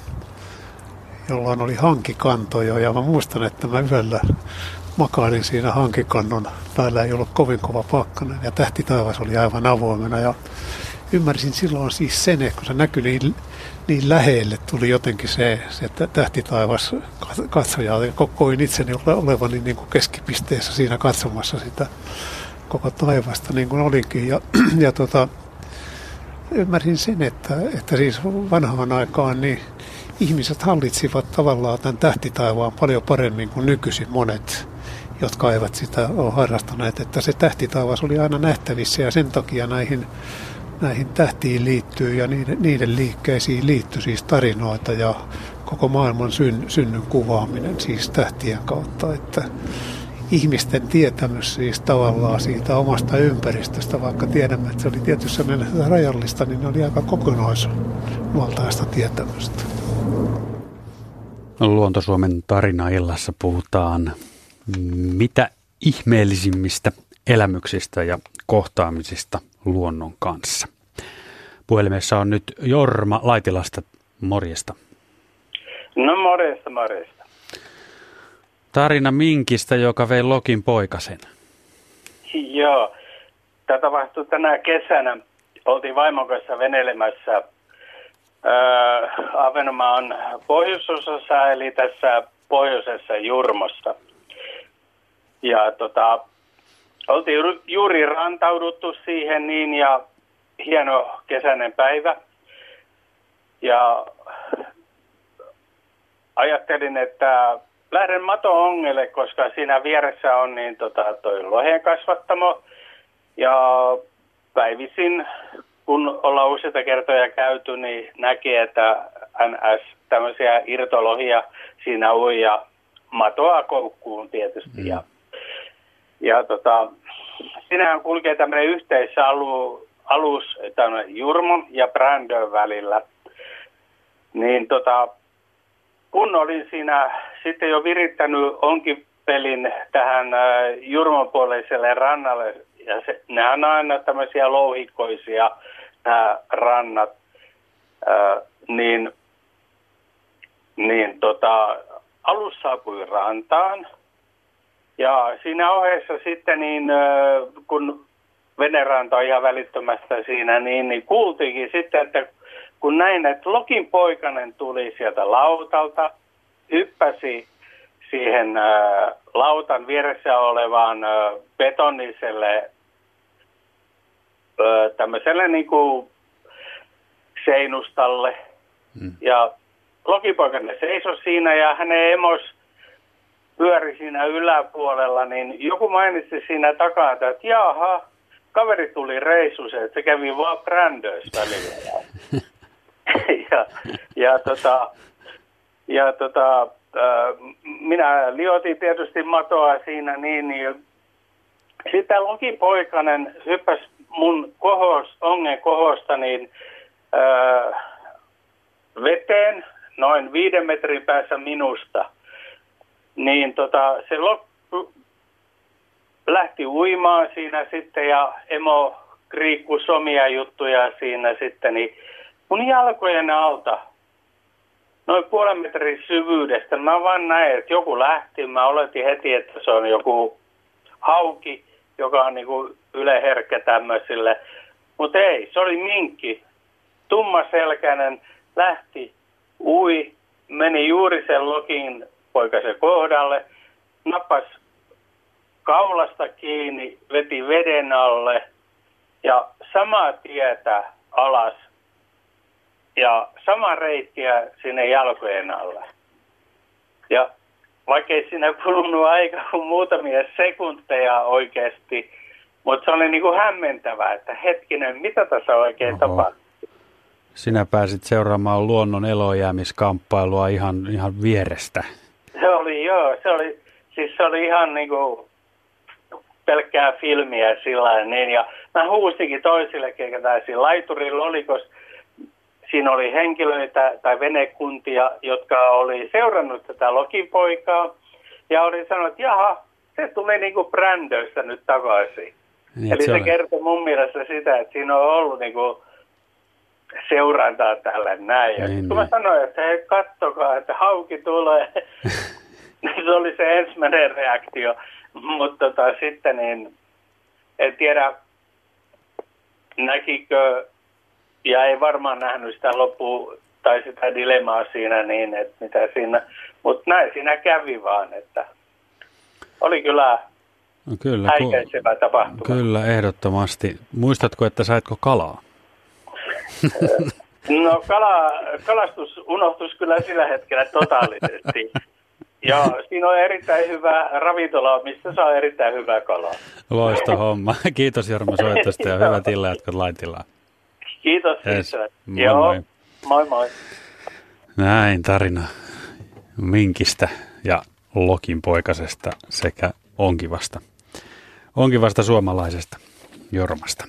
jolloin oli hankikantoja, ja mä muistan, että mä yöllä makailin siinä hankikannon päällä, ei ollut kovin kova pakkanen ja tähtitaivas oli aivan avoimena, ja ymmärsin silloin siis sen, kun se näkyi niin, niin lähelle, tuli jotenkin se, se tähtitaivas katsoja, ja koin itseni olevani niin kuin keskipisteessä siinä katsomassa sitä koko taivasta, niin kuin olinkin, ja, ja tota, ymmärsin sen, että, että siis vanhaan aikaan niin ihmiset hallitsivat tavallaan tämän tähtitaivaan paljon paremmin kuin nykyisin monet, jotka eivät sitä ole harrastaneet, että se tähtitaivas oli aina nähtävissä, ja sen takia näihin, näihin tähtiin liittyy ja niiden, niiden liikkeisiin liittyy siis tarinoita ja koko maailman syn, synnyn kuvaaminen siis tähtien kautta, että ihmisten tietämys siis tavallaan siitä omasta ympäristöstä, vaikka tiedämme, että se oli tietyssä mielessä rajallista, niin ne oli aika kokonaisvaltaista tietämystä. Luontosuomen tarinaillassa puhutaan mitä ihmeellisimmistä elämyksistä ja kohtaamisista luonnon kanssa. Puhelimessa on nyt Jorma Laitilasta. Morjesta. No morjesta, morjesta. Tarina minkistä, joka vei Lokin poikasen. Joo, tämä tapahtui tänä kesänä. Oltiin vaimon kanssa veneilemässä Öö, Ahvenanmaa on pohjoisosassa, eli tässä pohjoisessa Jurmossa. Ja tota, oltiin juuri rantauduttu siihen niin, ja hieno kesäinen päivä. Ja ajattelin, että lähden Mato-Ongelle, koska siinä vieressä on niin tota, toi lohen kasvattamo. Ja päivisin, kun ollaan useita kertoja käyty, niin näkee, että N S tämmöisiä irtolohia siinä ui ja matoa koukkuun tietysti. Mm. Ja, ja tota, siinähän kulkee tämmöinen yhteisalus alus, Jurmon ja Brandön välillä. Niin tota, kun olin siinä sitten jo virittänyt onkipelin tähän Jurmon puoleiselle rannalle, ja se, nämä on aina tämmöisiä louhikkoisia nämä rannat, ää, niin, niin tota, alus saapui rantaan. Ja siinä ohessa sitten, niin, ää, kun veneranta on ihan välittömästä siinä, niin, niin kuultiinkin sitten, että kun näin, että Lokin poikanen tuli sieltä lautalta, hyppäsi siihen ää, lautan vieressä olevaan ää, betoniselle ää, tämmöiselle niin kuin seinustalle. Mm. Ja Lokipoikainen seisoi siinä ja hänen emos pyöri siinä yläpuolella, niin joku mainitsi siinä takaa, että jaha, kaveri tuli reissuun, että se kävi vaan Brändössä välillä. ja, ja tota, ja tota, äh, minä liotin tietysti matoa siinä niin, niin sitten Lokipoikainen hyppäsi mun kohos, ongen kohosta niin äh, veteen noin viiden metrin päässä minusta. Niin tota, se loppu, lähti uimaan siinä sitten ja emo kriikkui somia juttuja siinä sitten, niin mun jalkojen alta, noin puolen metrin syvyydestä, mä vaan näin, että joku lähti. Mä oletin heti, että se on joku hauki, joka on niinku yleherkkä tämmöisille. Mutta ei, se oli minkki. Tummaselkäinen, lähti, ui, meni juuri sen Lokin poikasen kohdalle, nappas kaulasta kiinni, veti veden alle ja samaa tietä alas. Ja sama reittiä sinne jalkojen alle. Ja vaikkei siinä kulunut aika kuin muutamia sekunteja oikeasti, mutta se oli niin kuin hämmentävää, että hetkinen, mitä tässä oikein tapahtui? Sinä pääsit seuraamaan luonnon elojäämiskamppailua ihan, ihan vierestä. Se oli joo, se oli, siis se oli ihan niin kuin pelkkää filmiä sillä niin, ja mä huusinkin toisillekin, ketä siinä laiturilla oli, koska siinä oli henkilöitä tai venekuntia, jotka oli seurannut tätä Lokipoikaa ja oli sanonut, että jaha, se tuli niin kuin Brändöstä nyt takaisin. Niin, eli se, se kertoi mun mielestä sitä, että siinä on ollut niin kuin seurantaa tällä näin. Ja niin, kun mä sanoin, että hei, kattokaa, että hauki tulee, se oli se ensimmäinen reaktio. Mutta tota, sitten niin, en tiedä, näkikö, ja ei varmaan nähnyt sitä loppua tai sitä dilemmaa siinä niin, että mitä siinä, mutta näin siinä kävi vaan, että oli kyllä, no kyllä häikäisevä tapahtuma. Kyllä, ehdottomasti. Muistatko, että saitko kalaa? No kala, kalastus unohtuisi kyllä sillä hetkellä totaalisesti. Ja siinä on erittäin hyvä ravintola, missä saa erittäin hyvää kalaa. Loista homma. Kiitos Jorma soitosta ja hyvät illanjatkot Laitilaa. Kiitos. Yes. Moi, Joo. moi. Moi moi. Näin tarina minkistä ja Lokin poikasesta sekä onkivasta, onkivasta suomalaisesta Jormasta.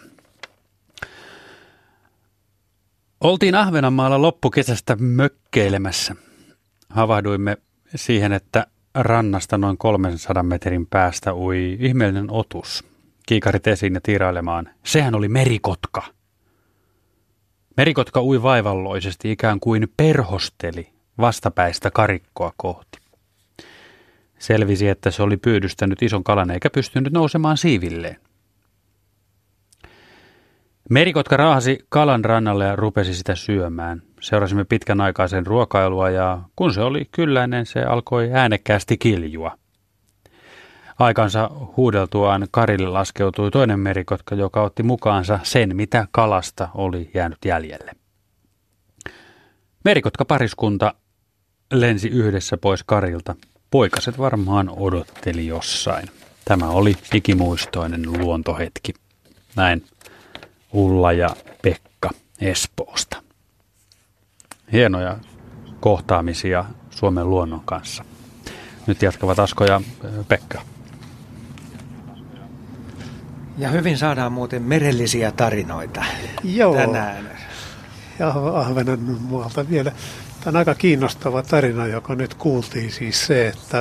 Oltiin Ahvenanmaalla loppukesästä mökkeilemässä. Havahduimme siihen, että rannasta noin kolmensadan metrin päästä ui ihmeellinen otus. Kiikarit esiin ja tiirailemaan. Sehän oli merikotka. Merikotka ui vaivalloisesti, ikään kuin perhosteli vastapäistä karikkoa kohti. Selvisi, että se oli pyydystänyt ison kalan eikä pystynyt nousemaan siivilleen. Merikotka raahasi kalan rannalle ja rupesi sitä syömään. seurasimme pitkän aikaa sen ruokailua ja kun se oli kylläinen, se alkoi äänekkäästi kiljua. Aikansa huudeltuaan Karille laskeutui toinen merikotka, joka otti mukaansa sen, mitä kalasta oli jäänyt jäljelle. Merikotka-pariskunta lensi yhdessä pois Karilta. Poikaset varmaan odotteli jossain. Tämä oli ikimuistoinen luontohetki. Näin Ulla ja Pekka Espoosta. Hienoja kohtaamisia Suomen luonnon kanssa. Nyt jatkavat Asko ja Pekka. Ja hyvin saadaan muuten merellisiä tarinoita Joo. tänään. Ja Ahvenanmaalta vielä. Tämä on aika kiinnostava tarina, joka nyt kuultiin, siis se, että,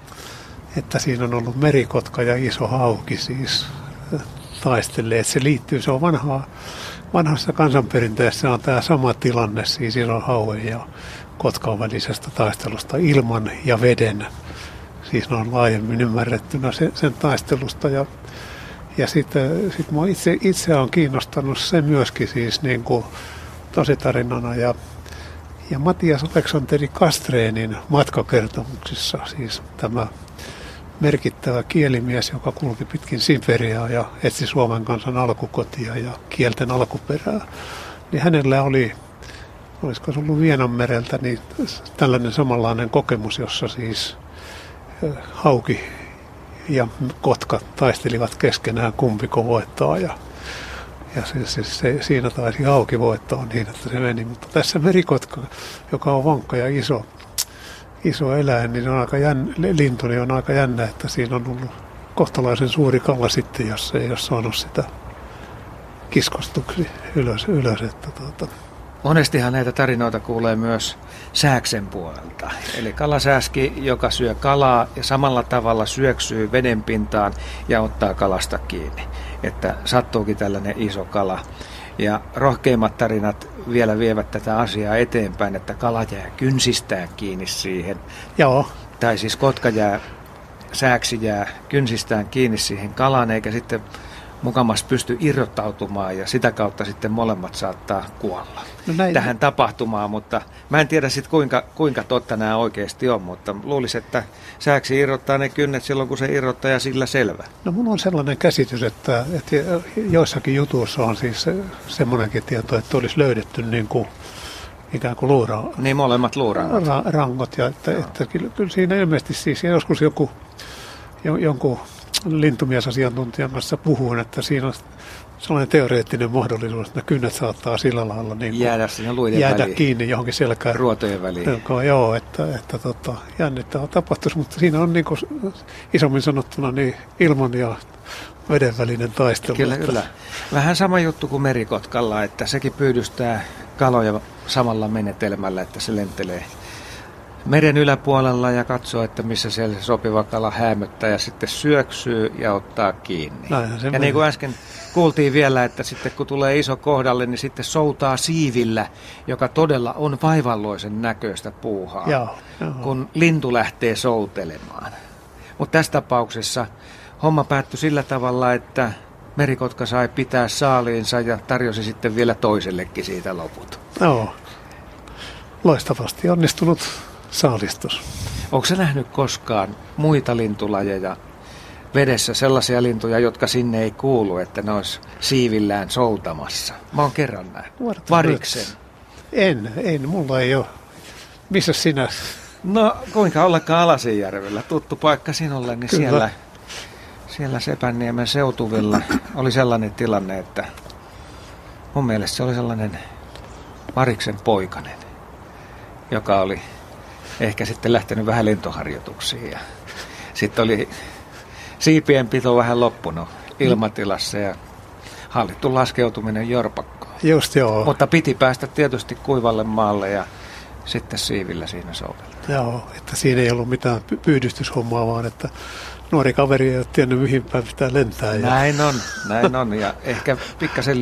että siinä on ollut merikotka ja iso hauki siis taistelee. Se liittyy, se on vanhaa, vanhassa kansanperinteessä on tämä sama tilanne, siis ison hauen ja kotkan välisestä taistelusta ilman ja veden. Siis ne on laajemmin ymmärrettynä sen, sen taistelusta ja Ja sitten sit minua itse, itse on kiinnostanut se myöskin siis niin kuin tositarinana. Ja, ja Matias Aleksanteri Kastreenin matkakertomuksissa siis tämä merkittävä kielimies, joka kulki pitkin Siperiaa ja etsi Suomen kansan alkukotia ja kielten alkuperää, niin hänellä oli, olisiko se ollut Vienanmereltä, niin tällainen samanlainen kokemus, jossa siis hauki ja kotka taistelivat keskenään, kumpiko voittaa, ja, ja se, se, se, siinä taisi hauki voittaa niin, että se meni. Mutta tässä merikotka, joka on vankka ja iso, iso eläin, niin on aika jänn, lintu, niin on aika jännä, että siinä on ollut kohtalaisen suuri kala sitten, jos ei ole saanut sitä kiskostuksi ylös. ylös että tuota. Monestihan näitä tarinoita kuulee myös sääksen puolelta. Eli kalasääski, joka syö kalaa ja samalla tavalla syöksyy vedenpintaan ja ottaa kalasta kiinni. Että sattuukin tällainen iso kala. Ja rohkeimmat tarinat vielä vievät tätä asiaa eteenpäin, että kala jää kynsistään kiinni siihen. Joo. Tai siis kotka jää, sääksi jää kynsistään kiinni siihen kalaan, eikä sitten mukamas pysty irrottautumaan ja sitä kautta sitten molemmat saattaa kuolla no tähän tapahtumaan, mutta mä en tiedä sitten kuinka, kuinka totta nämä oikeasti on, mutta luulisin, että sääksi irrottaa ne kynnet silloin, kun se irrottaa ja sillä selvä. No mun on sellainen käsitys, että, että joissakin jutuissa on siis se, semmoinenkin tieto, että olisi löydetty niin kuin ikään kuin luura, niin molemmat luurangot. Ra, rangot ja että, no. että kyllä, kyllä siinä ilmeisesti siis joskus joku, jonkun lintumiesasiantuntijan kanssa puhuin, että siinä on sellainen teoreettinen mahdollisuus, että ne kynnet saattaa sillä lailla niin jäädä, jäädä kiinni johonkin selkään. Ruotojen väliin. Joka, joo, että, että tota, jännittävä tapahtuisi, mutta siinä on niin kuin, isommin sanottuna niin ilman ja veden välinen taistelu. Kyllä, kyllä. Vähän sama juttu kuin merikotkalla, että sekin pyydystää kaloja samalla menetelmällä, että se lentelee meren yläpuolella ja katsoo, että missä siellä se sopiva kala häämöttää ja sitten syöksyy ja ottaa kiinni. Ja meni. Niin kuin äsken kuultiin vielä, että sitten kun tulee iso kohdalle, niin sitten soutaa siivillä, joka todella on vaivalloisen näköistä puuhaa, joo, joo. kun lintu lähtee soutelemaan. Mutta tässä tapauksessa homma päättyi sillä tavalla, että merikotka sai pitää saaliinsa ja tarjosi sitten vielä toisellekin siitä loput. Joo, loistavasti onnistunut saalistus. Onko sä nähnyt koskaan muita lintulajeja vedessä, sellaisia lintuja, jotka sinne ei kuulu, että ne olisi siivillään soutamassa? Mä oon kerran nähnyt. Variksen. En, en, mulla ei ole. Missä sinä? No kuinka ollakaan Alasenjärvellä, tuttu paikka sinulle, niin siellä, siellä Sepänniemen seutuvilla oli sellainen tilanne, että mun mielestä se oli sellainen variksen poikanen, joka oli ehkä sitten lähtenyt vähän lentoharjoituksiin ja sitten oli siipien pito vähän loppunut ilmatilassa ja hallittu laskeutuminen jorpakkoon. Just joo. Mutta piti päästä tietysti kuivalle maalle ja sitten siivillä siinä soveltaa. Joo, että siinä ei ollut mitään pyydystyshommaa, vaan että nuori kaveri ei ole tiennyt mihin päin pitää lentää. Ja... Näin on, näin on ja ehkä pikkasen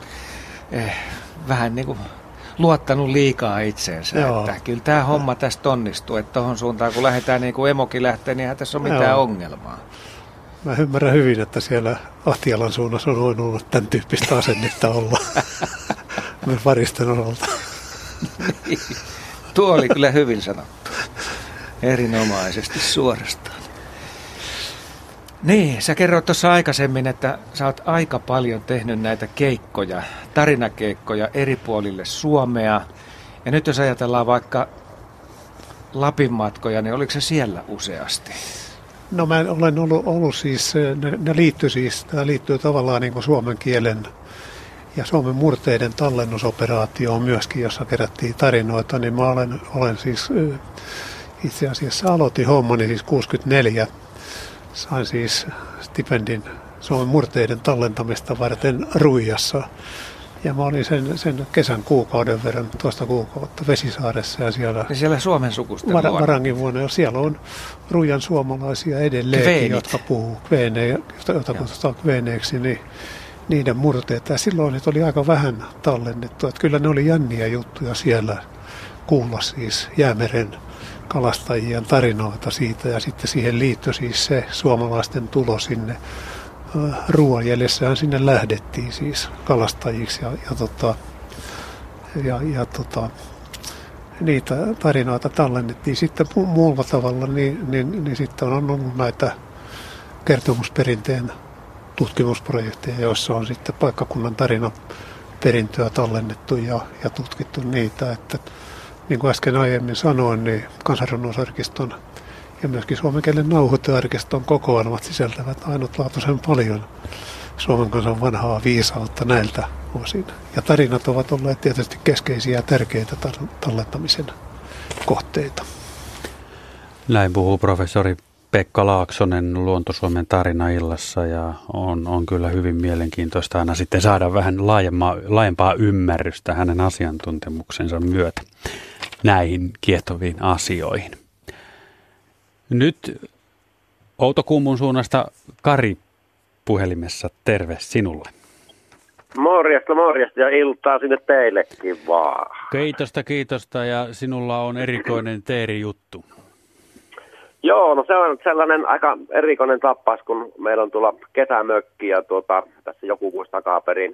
eh, vähän niin kuin luottanut liikaa itseensä, joo, että kyllä tämä homma tästä onnistuu, että tuohon suuntaan kun lähdetään niin kuin emokin lähtee, niin eihän tässä ole mitään joo ongelmaa. Mä ymmärrän hyvin, että siellä Ahtialan suunnassa on voinut olla tämän tyyppistä asennetta olla myös varisten osalta. Tuo oli kyllä hyvin sanottu. Erinomaisesti suorastaan. Niin, sä kerroit tuossa aikaisemmin, että sä oot aika paljon tehnyt näitä keikkoja, tarinakeikkoja eri puolille Suomea. Ja nyt jos ajatellaan vaikka Lapin matkoja, niin oliko se siellä useasti? No mä olen ollut, ollut siis, ne, ne liittyy siis, tämä liittyy tavallaan niin kuin suomen kielen ja suomen murteiden tallennusoperaatioon myöskin, jossa kerättiin tarinoita, niin mä olen, olen siis itse asiassa aloitin hommani siis kuusikymmentäneljä. Sain siis stipendin Suomen murteiden tallentamista varten Ruijassa. Ja mä olin sen, sen kesän kuukauden verran, toista kuukautta Vesisaaressa ja siellä... Ja siellä Suomen sukusten var, Varangin vuonna. Ja siellä on Ruijan suomalaisia edelleenkin, Kveenit. Jotka puhuu kveenejä, joita kutsutaan kveeneiksi, niin niiden murteet. Ja silloin niitä oli aika vähän tallennettu. Että kyllä ne oli jänniä juttuja siellä kuulla siis Jäämeren kalastajien tarinoita siitä, ja sitten siihen liittyi siis se suomalaisten tulo sinne. Ruoan jäljessähän sinne lähdettiin siis kalastajiksi, ja, ja, tota, ja, ja tota, niitä tarinoita tallennettiin sitten mu- muulla tavalla, niin, niin, niin sitten on ollut näitä kertomusperinteen tutkimusprojekteja, joissa on sitten paikkakunnan tarinaperintöä tallennettu ja, ja tutkittu niitä, että niin kuin äsken aiemmin sanoin, niin Kansanrunousarkiston ja myöskin suomen kielen nauhoitearkiston kokoelmat sisältävät ainutlaatuisen paljon Suomen kansan vanhaa viisautta näiltä osin. Ja tarinat ovat olleet tietysti keskeisiä ja tärkeitä tallentamisen kohteita. Näin puhuu professori Pekka Laaksonen Luonto-Suomen tarinaillassa, ja on, on kyllä hyvin mielenkiintoista aina sitten saada vähän laajempaa, laajempaa ymmärrystä hänen asiantuntemuksensa myötä näihin kiehtoviin asioihin. Nyt Outokummun suunnasta Kari puhelimessa, terve sinulle. Morjesta, morjesta ja iltaa sinne teillekin vaan. Kiitosta, kiitosta, ja sinulla on erikoinen teerijuttu. Joo, no se on sellainen aika erikoinen tapaus, kun meillä on tuolla kesämökki ja tuota, tässä joku vuosi takaperin.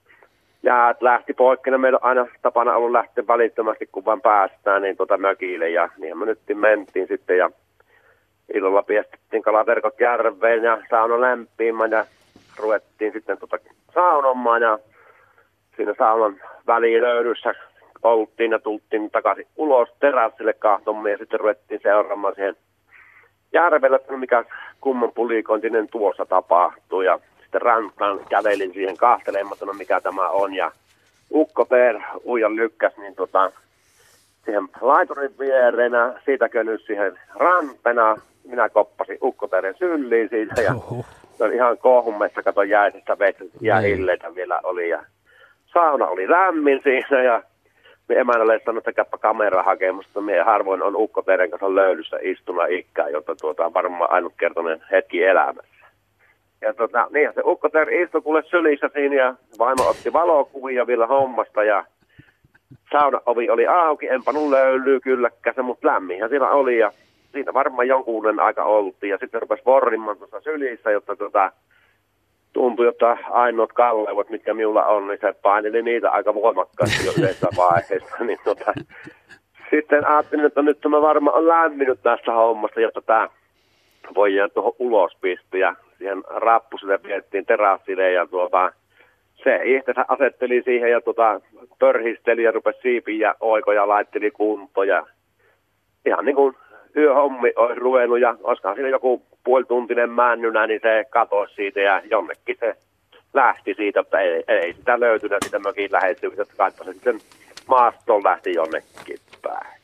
Ja lähti poikkena, meillä on aina tapana ollut lähteä välittömästi, kun vaan päästään, niin tuota mökille. Ja niin me nyt mentiin sitten ja illalla piestettiin kalaverkot järveen ja sauna lämpiimään ja ruvettiin sitten tuota saunomaan. Ja siinä saunan välilöydyssä oltiin ja tultiin takaisin ulos terassille kahtomme ja sitten ruvettiin seuraamaan siihen järvelle, että mikä kumman pulikointinen tuossa tapahtuu. Ja sitten rantaan kävelin siihen kahtelematta, mikä tämä on. Ja ukko Peer uijan lykkäs niin tota, siihen laiturin viereenä, siitä könys siihen rampena. Minä koppasin ukko Peeren sylliin siitä ja se oli ihan kohumessa, kato jäisessä vettä, jäähilleitä vielä oli. Ja sauna oli lämmin siinä ja me emännälle sanoi, että käypä kamera hakemusta. Mie harvoin on ukko Peeren kanssa löydyssä istuna ikkää, jota tuota, varmaan ainutkertainen hetki elämässä. Ja tota, niin se ukko Peer istui kuule sylissä siinä ja vaimo otti valokuvia vielä hommasta ja saunaovi oli auki, en pannut löylyä kylläkään se, mutta lämminhän siellä oli ja siinä varmaan jonkunen aika oltiin ja sitten rupesi vorrimaan tuossa sylissä, jotta tota, tuntui, että ainoat kalleuvat, mitkä minulla on, niin se paineli niitä aika voimakkaasti jo yhdessä vaiheessa. Niin tota, sitten ajattelin, että nyt mä varmaan on lämminnyt tästä hommasta, jotta tämä voi jäädä tuohon ulos pisti. Ja siihen rappusille viettiin terassille ja tuota, se itse asetteli siihen ja tuota, pörhisteli ja rupesi siipiä ja oikoja laitteli kuntoja. Ihan niin kuin yöhommi olisi ruvennut ja olisikohan siinä joku puolituntinen männynä, niin se katosi siitä ja jonnekin se lähti siitä, että ei, ei sitä löytynyt sitä mökin lähestyvistä, että kaipa se sitten maastoon lähti jonnekin päin.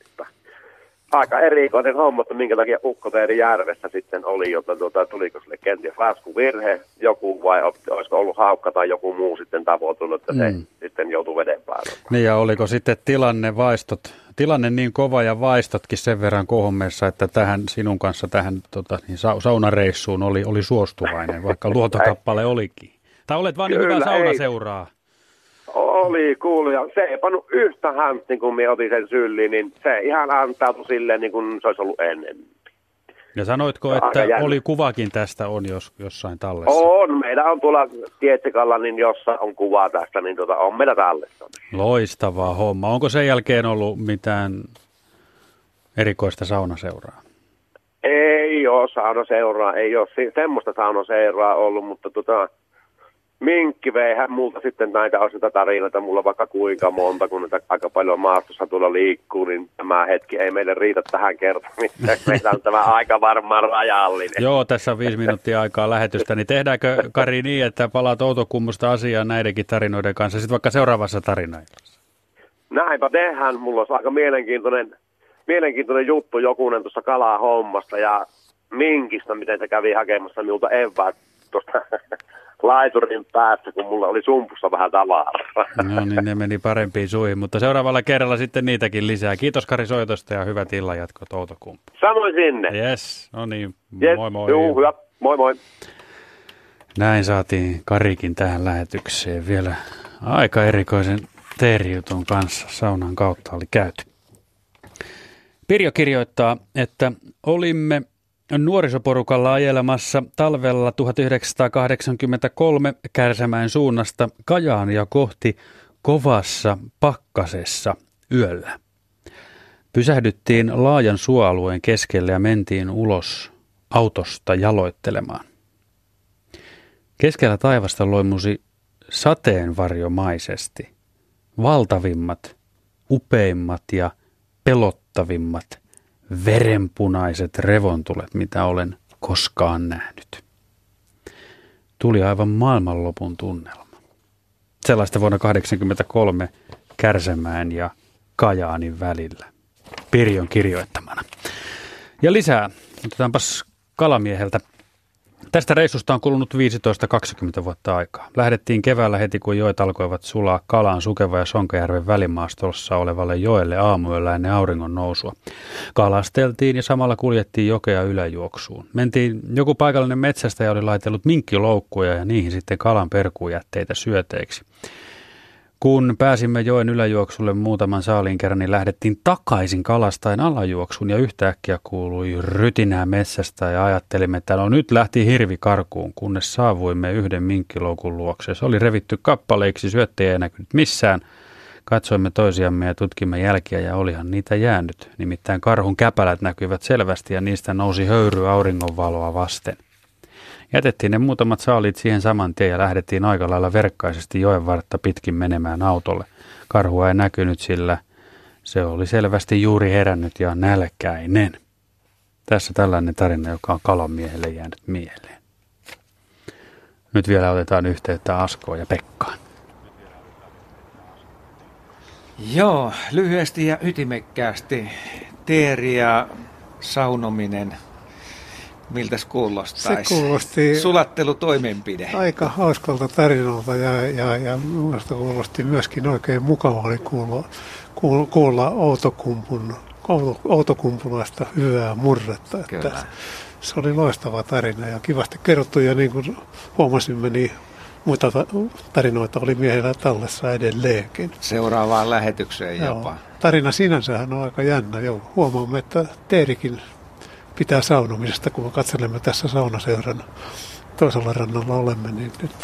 Aika erikoinen homma, että minkä takia ukko Peeri järvessä sitten oli, jotta tuota, tuliko sille kenties laskuvirhe joku vai olisiko ollut haukka tai joku muu sitten tavoitellut, että se mm. sitten joutui veden päälle. Niin ja oliko sitten tilanne vaistot, tilanne niin kova ja vaistotkin sen verran kohommeessa, että tähän sinun kanssa tähän tota, niin sa- saunareissuun oli, oli suostuvainen, vaikka luontokappale olikin. Tai olet vaan niin hyvä saunaseuraa. Oli, kuului. Ja se ei pannut yhtä häntti, kun minä otin sen sylliin, niin se ihan antautui silleen, niin kuin se olisi ollut ennen. Ja sanoitko, että oli kuvakin tästä on jos, jossain tallessa? On, meillä on tuolla Tietsikalla, niin jossa on kuva tästä, niin tuota, on meillä tallessa. Loistavaa homma. Onko sen jälkeen ollut mitään erikoista saunaseuraa? Ei ole saunaseuraa, ei ole semmoista saunaseuraa ollut, mutta tota, minkki veihän multa sitten näitä on sitä tarinoita, mulla vaikka kuinka monta, kun näitä aika paljon maastossa tuolla liikkuu, niin tämä hetki ei meille riitä tähän kertomiseen. Meillä on tämä aika varmaan rajallinen. Joo, tässä on viisi minuuttia aikaa lähetystä, niin tehdäänkö Kari niin, että palaat Outokummusta asiaan näidenkin tarinoiden kanssa, sitten vaikka seuraavassa tarinaillassa? Näinpä tehdään, mulla on aika mielenkiintoinen, mielenkiintoinen juttu jokunen tuossa kalaa hommasta ja minkistä, miten se kävi hakemassa minulta eväät tuosta laiturin päästä, kun mulla oli sumpussa vähän tavaraa. No niin, ne meni parempiin suihin, mutta seuraavalla kerralla sitten niitäkin lisää. Kiitos Kari soitosta ja hyvät illanjatkot Outokumpu. Samoin sinne. Yes, no niin, yes, moi moi. Juu, hyvä, moi moi. Näin saatiin Karikin tähän lähetykseen vielä aika erikoisen teerijutun kanssa. Saunan kautta oli käyty. Pirjo kirjoittaa, että olimme nuorisoporukalla ajelemassa talvella tuhatyhdeksänsataakahdeksankymmentäkolme Kärsämäen suunnasta Kajaania kohti kovassa pakkasessa yöllä. Pysähdyttiin laajan suoalueen keskelle ja mentiin ulos autosta jaloittelemaan. Keskellä taivasta loimusi sateenvarjomaisesti valtavimmat, upeimmat ja pelottavimmat verenpunaiset revontulet, mitä olen koskaan nähnyt. Tuli aivan maailmanlopun tunnelma. Sellaista vuonna tuhatyhdeksänsataakahdeksankymmentäkolme Kärsämäen ja Kajaanin välillä. Pirjon kirjoittamana. Ja lisää, otetaanpas Kalamieheltä. Tästä reissusta on kulunut viisitoista kaksikymmentä vuotta aikaa. Lähdettiin keväällä heti, kun joet alkoivat sulaa Kalaan, Sukeva ja Sonkajärven välimaastossa olevalle joelle aamuyöllä ennen auringon nousua. Kalasteltiin ja samalla kuljettiin jokea yläjuoksuun. Mentiin, joku paikallinen metsästäjä oli laitellut minkkiloukkuja ja niihin sitten kalan perkuujätteitä syöteiksi. Kun pääsimme joen yläjuoksulle muutaman saaliin kerran, niin lähdettiin takaisin kalastaen alajuoksuun ja yhtäkkiä kuului rytinää metsästä ja ajattelimme, että no nyt lähti hirvi karkuun, kunnes saavuimme yhden minkkiloukun luokse. Se oli revitty kappaleiksi, syöttejä ei näkynyt missään. Katsoimme toisiamme ja tutkimme jälkiä ja olihan niitä jäänyt. Nimittäin karhun käpälät näkyivät selvästi ja niistä nousi höyry auringonvaloa vasten. Jätettiin ne muutamat saaliit siihen saman tien ja lähdettiin aika lailla verkkaisesti joen vartta pitkin menemään autolle. Karhua ei näkynyt, sillä se oli selvästi juuri herännyt ja nälkäinen. Tässä tällainen tarina, joka on Kalamiehelle jäänyt mieleen. Nyt vielä otetaan yhteyttä Askoon ja Pekkaan. Joo, lyhyesti ja ytimekkäästi. Teeri ja saunominen. Miltäs kuulostaisi? Se kuulosti sulattelutoimenpide. Aika hauskalta tarinalta ja, ja, ja minusta kuulosti myöskin oikein mukava oli kuulla, kuulla, kuulla Outokumpun, outokumpulaista hyvää murretta. Että se oli loistava tarina ja kivasti kerrottu ja niin kuin huomasimme, niin muita tarinoita oli miehillä tallessa edelleenkin. Seuraavaan lähetykseen jopa. Joo. Tarina sinänsähän on aika jännä. Joo. Huomaamme, että Teerikin pitää saunomisesta, kun me katselemme tässä saunaseuran toisella rannalla olemme, niin nyt.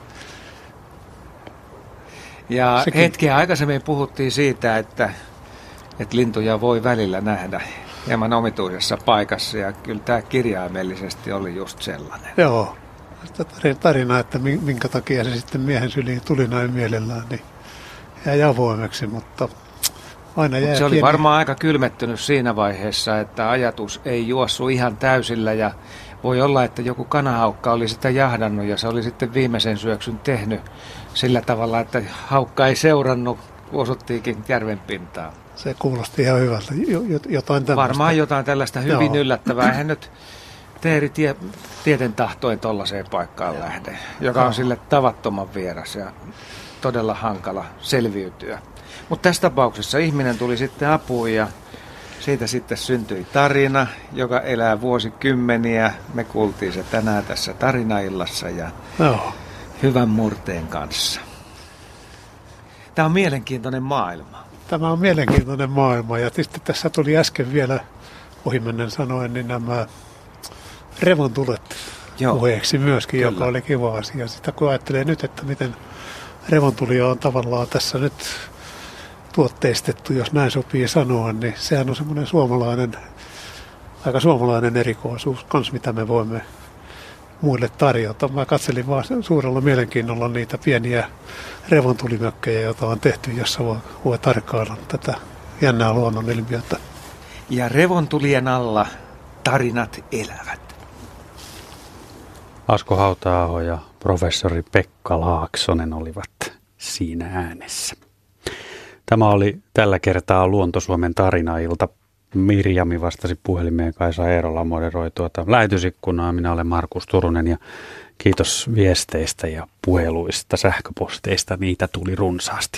Ja sekin hetkeä aikaisemmin puhuttiin siitä, että, että lintuja voi välillä nähdä hieman omituisessa paikassa, ja kyllä tämä kirjaimellisesti oli just sellainen. Joo, tarina, että minkä takia se sitten miehen syliin tuli näin mielellään, niin jäi avoimeksi, mutta aina jää se oli pieni varmaan aika kylmettynyt siinä vaiheessa, että ajatus ei juossu ihan täysillä ja voi olla, että joku kanahaukka oli sitä jahdannut ja se oli sitten viimeisen syöksyn tehnyt sillä tavalla, että haukka ei seurannut, osuttiinkin järven pintaan. Se kuulosti ihan hyvältä, jotain tällaista. Varmaan jotain tällaista hyvin Joo. yllättävää. Eihän nyt Teeri tie, tieten tahtoen tollaiseen paikkaan Joo. lähde, joka on sille tavattoman vieras ja todella hankala selviytyä. Mutta tässä tapauksessa ihminen tuli sitten apuun ja siitä sitten syntyi tarina, joka elää vuosikymmeniä. Me kuultiin se tänään tässä tarinaillassa ja Joo. hyvän murteen kanssa. Tämä on mielenkiintoinen maailma. Tämä on mielenkiintoinen maailma ja tietysti tässä tuli äsken vielä ohimennen sanoen, niin nämä revontulet Joo. puheeksi myöskin, Kyllä. joka oli kiva asia. Sitä kun ajattelee nyt, että miten revontulia on tavallaan tässä nyt tuotteistettu, jos näin sopii sanoa, niin sehän on semmoinen suomalainen, aika suomalainen erikoisuus kans, mitä me voimme muille tarjota. Mä katselin vaan suurella mielenkiinnolla niitä pieniä revontulimökkejä, joita on tehty, jossa voi, voi tarkkailla tätä jännää luonnonilmiötä. Ja revontulien alla tarinat elävät. Asko Hauta-aho ja professori Pekka Laaksonen olivat siinä äänessä. Tämä oli tällä kertaa Luonto-Suomen tarinailta. Mirjami vastasi puhelimeen, Kaisa Eerola moderoi tuota lähetysikkunaa. Minä olen Markus Turunen ja kiitos viesteistä ja puheluista, sähköposteista. Niitä tuli runsaasti.